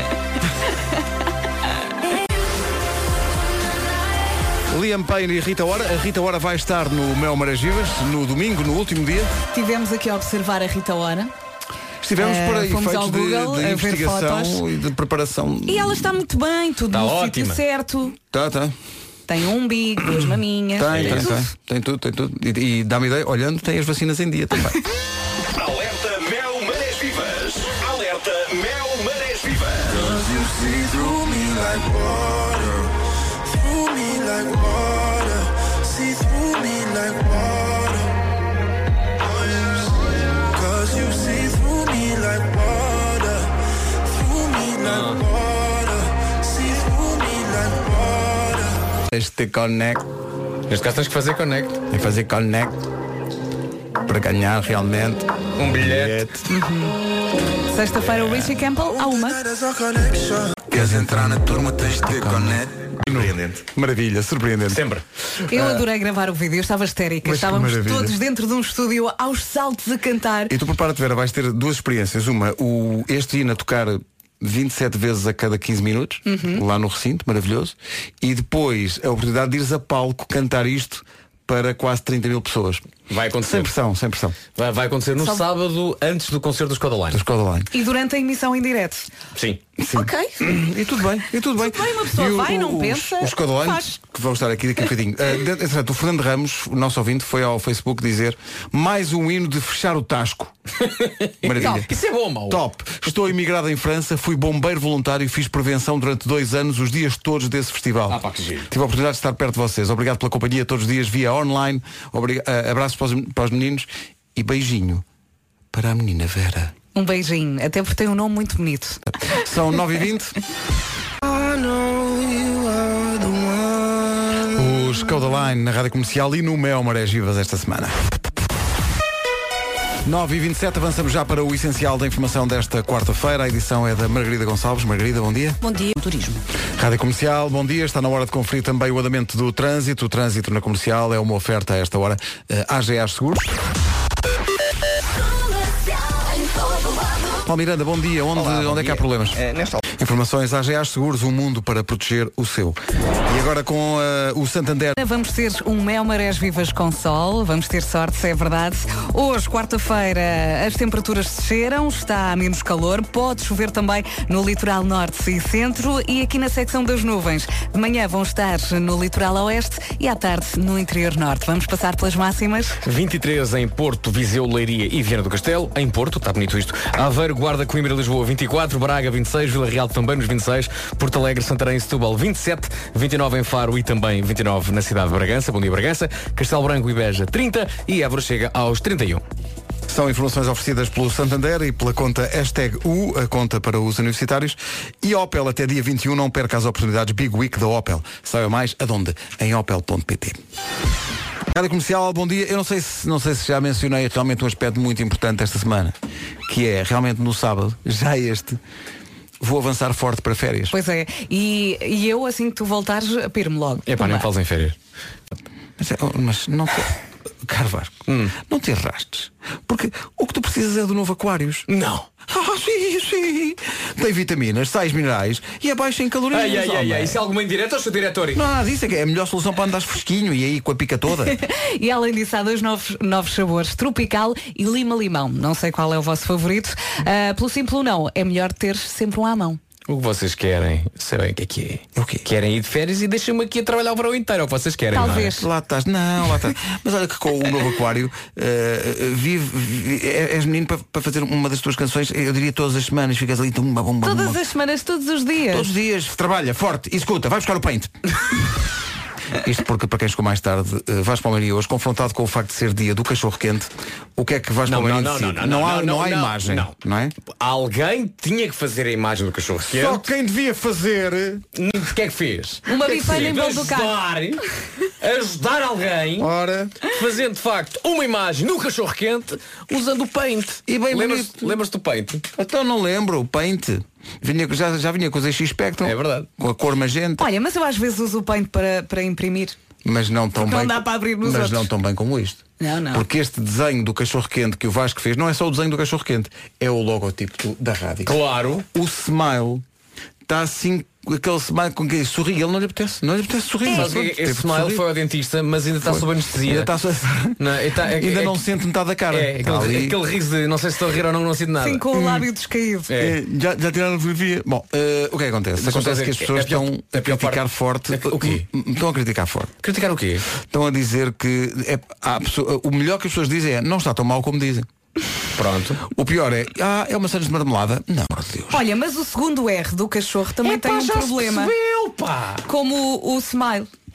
Liam Payne e Rita Ora. A Rita Ora vai estar no Mel Marés Vivas no domingo, no último dia. Tivemos aqui a observar a Rita Ora. Estivemos Eh, por aí, fomos feitos ao de, Google de a ver investigação fotos. e de preparação. E ela está muito bem, tudo Está no ótima. sítio certo. Tá, tá. Tem um umbigo, duas maminhas. Tem, tem, tudo. tem. Tem tudo, tem tudo. E, e dá-me ideia, olhando, tem as vacinas em dia também. Alerta Mel Este connect. Neste caso tens que fazer connect. E fazer connect para ganhar realmente um bilhete. Uhum. Sexta-feira o Richie Campbell à uma. Queres entrar na turma, tens de ter connect. Surpreendente. Maravilha, surpreendente. Sempre. Eu adorei gravar o vídeo, eu estava histérica. Mas Estávamos maravilha. todos dentro de um estúdio aos saltos a cantar. E tu prepara-te, Vera, vais ter duas experiências. Uma, o, este hino a tocar vinte e sete vezes a cada quinze minutos, Uhum. lá no recinto, maravilhoso. E depois a oportunidade de ires a palco cantar isto para quase trinta mil pessoas. Vai acontecer. Sem pressão, sem pressão. Vai, vai acontecer no Só- sábado, antes do concerto dos Codaline. Da Escola Line. E durante a emissão em direto. Sim. Sim. Ok. E tudo bem, e tudo bem. Tudo bem, uma pessoa E o- vai, não os, pensa, Os Codolines, faz. que vão estar aqui daqui a bocadinho. Uh, de- entretanto, o Fernando Ramos, o nosso ouvinte, foi ao Facebook dizer mais um hino de fechar o Tasco. Maravilha. Isso é bom, mau. Top. Estou imigrado em França, fui bombeiro voluntário e fiz prevenção durante dois anos, os dias todos desse festival. Ah, pá, que giro. Tive a oportunidade de estar perto de vocês. Obrigado pela companhia todos os dias via online. Obriga- uh, abraços para os, para os meninos e beijinho para a menina Vera. Um beijinho, até porque tem um nome muito bonito. São nove e vinte. Os Codaline na Rádio Comercial e no Mel Marés Vivas esta semana. nove e vinte e sete, avançamos já para o essencial da informação desta quarta-feira. A edição é da Margarida Gonçalves. Margarida, bom dia. Bom dia, turismo. Rádio Comercial, bom dia. Está na hora de conferir também o andamento do trânsito. O trânsito na Comercial é uma oferta a esta hora. Uh, A G A Seguros. Paulo Miranda, bom dia. Onde, Olá, bom onde é que há dia. problemas? Eh, nesta Informações A G A Seguros, um mundo para proteger o seu. E agora com uh, o Santander. Vamos ter um Mel Marés Vivas com sol, vamos ter sorte, se é verdade. Hoje, quarta-feira, as temperaturas desceram, está a menos calor, pode chover também no litoral norte e centro e aqui na secção das nuvens. De manhã vão estar no litoral oeste e à tarde no interior norte. Vamos passar pelas máximas. vinte e três em Porto, Viseu, Leiria e Viana do Castelo. Em Porto, está bonito isto. Aveiro, Guarda, Coimbra e Lisboa, vinte e quatro. Braga, vinte e seis. Vila Real também nos vinte e seis. Porto Alegre, Santarém e Setúbal, vinte e sete. vinte e nove em Faro e também vinte e nove na cidade de Bragança. Bom dia, Bragança. Castelo Branco e Beja, trinta. E Évora chega aos trinta e um. São informações oferecidas pelo Santander e pela conta hashtag U, a conta para os universitários. E Opel, até dia vinte e um, não perca as oportunidades Big Week da Opel. Saiba mais, aonde? Em opel ponto pt. Rádio Comercial, bom dia. Eu não sei, se, não sei se já mencionei realmente um aspecto muito importante esta semana, que é realmente no sábado, já este, vou avançar forte para férias. Pois é, e, e eu, assim que tu voltares, piro-me logo. É pá, não Pumba. falas em férias. Mas, é, mas não te... Carvalho, Hum. não te arrastes. Porque o que tu precisas é do novo Aquários. Não. Ah, sim, sim. Tem vitaminas, sais minerais e é baixo em calorias. Ai, ai, ai, homem. ai. Isso é alguma indireta ao seu diretor? Não há nada disso, é que é a melhor solução para andares fresquinho e aí com a pica toda. E além disso há dois novos, novos sabores, tropical e lima-limão. Não sei qual é o vosso favorito. Ah, pelo simples não, é melhor ter sempre um à mão. O que vocês querem? Sabem o que é que é? O quê? Querem ir de férias e deixem-me aqui a trabalhar o verão inteiro. É o que vocês querem, Talvez. Lá estás, não, lá estás. Mas olha que com o novo Aquário uh, vive, vive, és menino para, para fazer uma das tuas canções, eu diria todas as semanas, ficas ali tumba, bomba, Todas bomba. as semanas, todos os dias. Todos os dias, trabalha, forte, e escuta, vai buscar o paint. Isto porque, para quem chegou mais tarde, uh, Vasco Palmeirinho hoje, confrontado com o facto de ser dia do cachorro quente, o que é que Vasco Não, Palmeirinho não, não, decide? não, não, há, não, não há não, imagem, não. não é? Alguém tinha que fazer a imagem do cachorro quente. Só quem devia fazer... O que é que fez? Uma O que é que bifanha fez? em volta do carro. Ajudar, ajudar alguém, Ora, fazendo de facto uma imagem no cachorro quente usando o paint. E bem lembras, bonito. lembras do paint? então não lembro, o paint. Vinha, já, já vinha com os X-Spectrum. É verdade. Com a cor magenta. Olha, mas eu às vezes uso o paint para, para imprimir. Mas não tão Porque bem. não dá para abrir nos mas outros. não tão bem como isto. Não, não. Porque este desenho do cachorro quente que o Vasco fez não é só o desenho do cachorro quente, é o logotipo do- da rádio. Claro. O smile está assim, aquele smile com que sorri, ele não lhe apetece, não lhe apetece sorrir. Mas Mas pronto, esse teve que smile sorrir. foi ao dentista, mas ainda está Foi. sob anestesia. Ainda, está só- Não, está- é- ainda é- não sente metade da cara. É, Está aquele, ali. aquele riso de não sei se estou a rir ou não, não sinto nada. Sim, com o lábio descaído. É. Eh, Já, já tiraram a fotografia? Bom, eh, o que é que acontece? Deixa-me acontece só que as dizer, pessoas é a pior- estão é a a pior criticar parte. forte. É que- o quê? M- Estão a criticar forte. Criticar o quê? Estão a dizer que é, há pessoa- o melhor que as pessoas dizem é não está tão mal como dizem. Pronto. O pior é, ah, é uma cena de marmelada. Não, por Deus. Olha, mas o segundo R do cachorro também tem um problema. Percebeu, pá. Como o, o smile.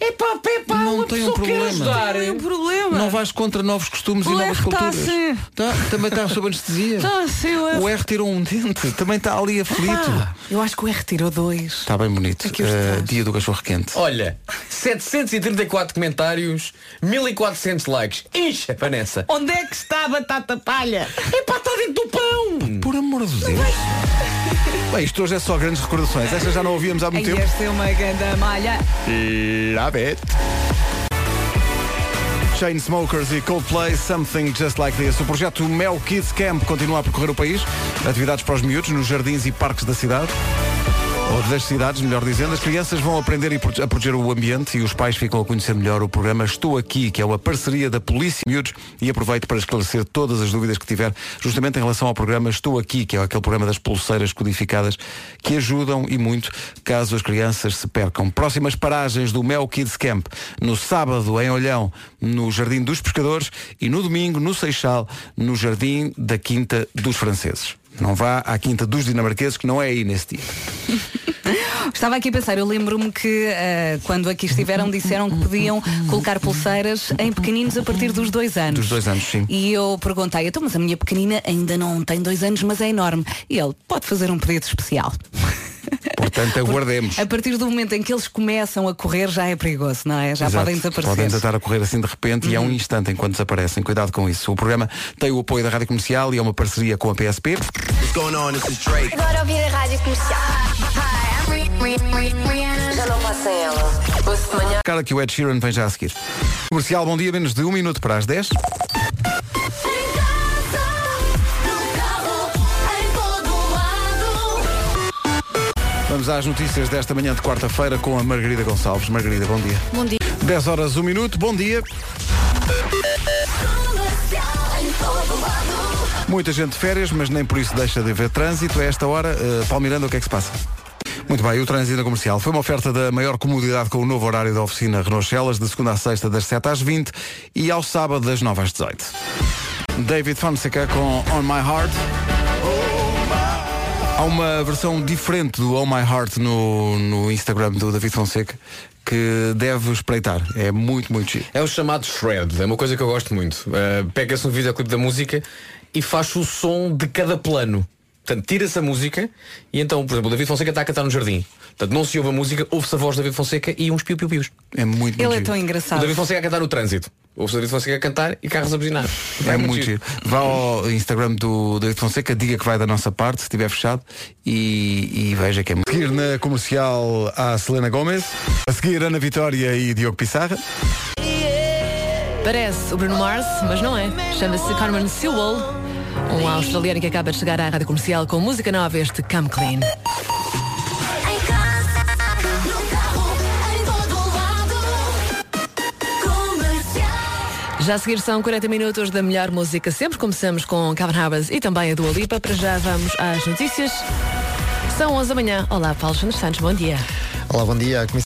Epá, epá, não uma tem um pessoa quer problema. ajudar. Não tem um problema. Não vais contra novos costumes O e novas R tá culturas. assim. Tá, também está sob anestesia. Tá assim, o R. O R tirou um dente, também está ali aflito. Ah, eu acho que o R tirou dois. Está bem bonito. Aqui os de Uh, trás. dia do cachorro quente. Olha, setecentos e trinta e quatro comentários, mil e quatrocentos likes. Incha, Vanessa. Onde é que está a batata palha? Epá, está dentro do pão. Por amor de Deus. Bem, isto hoje é só grandes recordações. Esta já não ouvíamos há muito Ai, tempo. esta é uma grande malha. Love it. Chainsmokers e Coldplay, Something Just Like This. O projeto Mel Kids Camp continua a percorrer o país. Atividades para os miúdos nos jardins e parques da cidade. Ou das cidades, melhor dizendo. As crianças vão aprender a proteger o ambiente e os pais ficam a conhecer melhor o programa Estou Aqui, que é uma parceria da Polícia e Miúdos, e aproveito para esclarecer todas as dúvidas que tiver justamente em relação ao programa Estou Aqui, que é aquele programa das pulseiras codificadas que ajudam e muito caso as crianças se percam. Próximas paragens do Mel Kids Camp, no sábado em Olhão, no Jardim dos Pescadores, e no domingo no Seixal, no Jardim da Quinta dos Franceses. Não vá à Quinta dos Dinamarqueses, que não é aí nesse dia. Estava aqui a pensar, eu lembro-me que uh, quando aqui estiveram disseram que podiam colocar pulseiras em pequeninos a partir dos dois anos. Dos dois anos, sim. E eu perguntei, então, mas a minha pequenina ainda não tem dois anos, mas é enorme. E ele, pode fazer um pedido especial. Portanto, aguardemos. A partir do momento em que eles começam a correr já é perigoso, não é? Já Exato. podem desaparecer. Podem tentar a correr assim de repente Uhum. e é um instante enquanto desaparecem. Cuidado com isso. O programa tem o apoio da Rádio Comercial e é uma parceria com a P S P. Agora ouvir a rádio comercial. Já não passa ela. Ouço de manhã. Cara que o Ed Sheeran vem já a seguir. Comercial, bom dia, menos de um minuto para as dez. Vamos às notícias desta manhã de quarta-feira com a Margarida Gonçalves. Margarida, bom dia. Bom dia. dez horas, um minuto, bom dia. Muita gente de férias, mas nem por isso deixa de haver trânsito. A esta hora, uh, Paulo Miranda, o que é que se passa? Muito bem, o trânsito na comercial foi uma oferta da maior comodidade com o novo horário da oficina Renault Celas, de segunda a sexta, das sete às vinte e ao sábado, das nove às dezoito. David Fonseca com On My Heart. Há uma versão diferente do Oh My Heart no, no Instagram do David Fonseca que deve espreitar. É muito, muito giro. É o chamado shred, é uma coisa que eu gosto muito. Uh, Pega-se um videoclipe da música e faz o som de cada plano. Portanto, tira-se a música e então, por exemplo, o David Fonseca está a cantar no jardim. Portanto, não se ouve a música, ouve-se a voz do David Fonseca e uns piu-piu-pius. É muito, muito Ele é giro. tão O engraçado. David Fonseca a cantar no trânsito. Ouve-se o David Fonseca a cantar e carros a buzinar. É muito giro. Vá ao Instagram do David Fonseca, diga que vai da nossa parte, se estiver fechado, e, e veja que é muito. A seguir na comercial a Selena Gomez, a seguir Ana Vitória e Diogo Pissarra. Parece o Bruno Mars, mas não é. Chama-se Carmen Sewell, um australiano que acaba de chegar à rádio comercial com música nova, este Come Clean. Já a seguir são quarenta minutos da melhor música sempre. Começamos com Calvin Harris e também a Dua Lipa. Para já vamos às notícias. São onze da manhã. Olá, Paulo Santos Santos, bom dia. Olá, bom dia.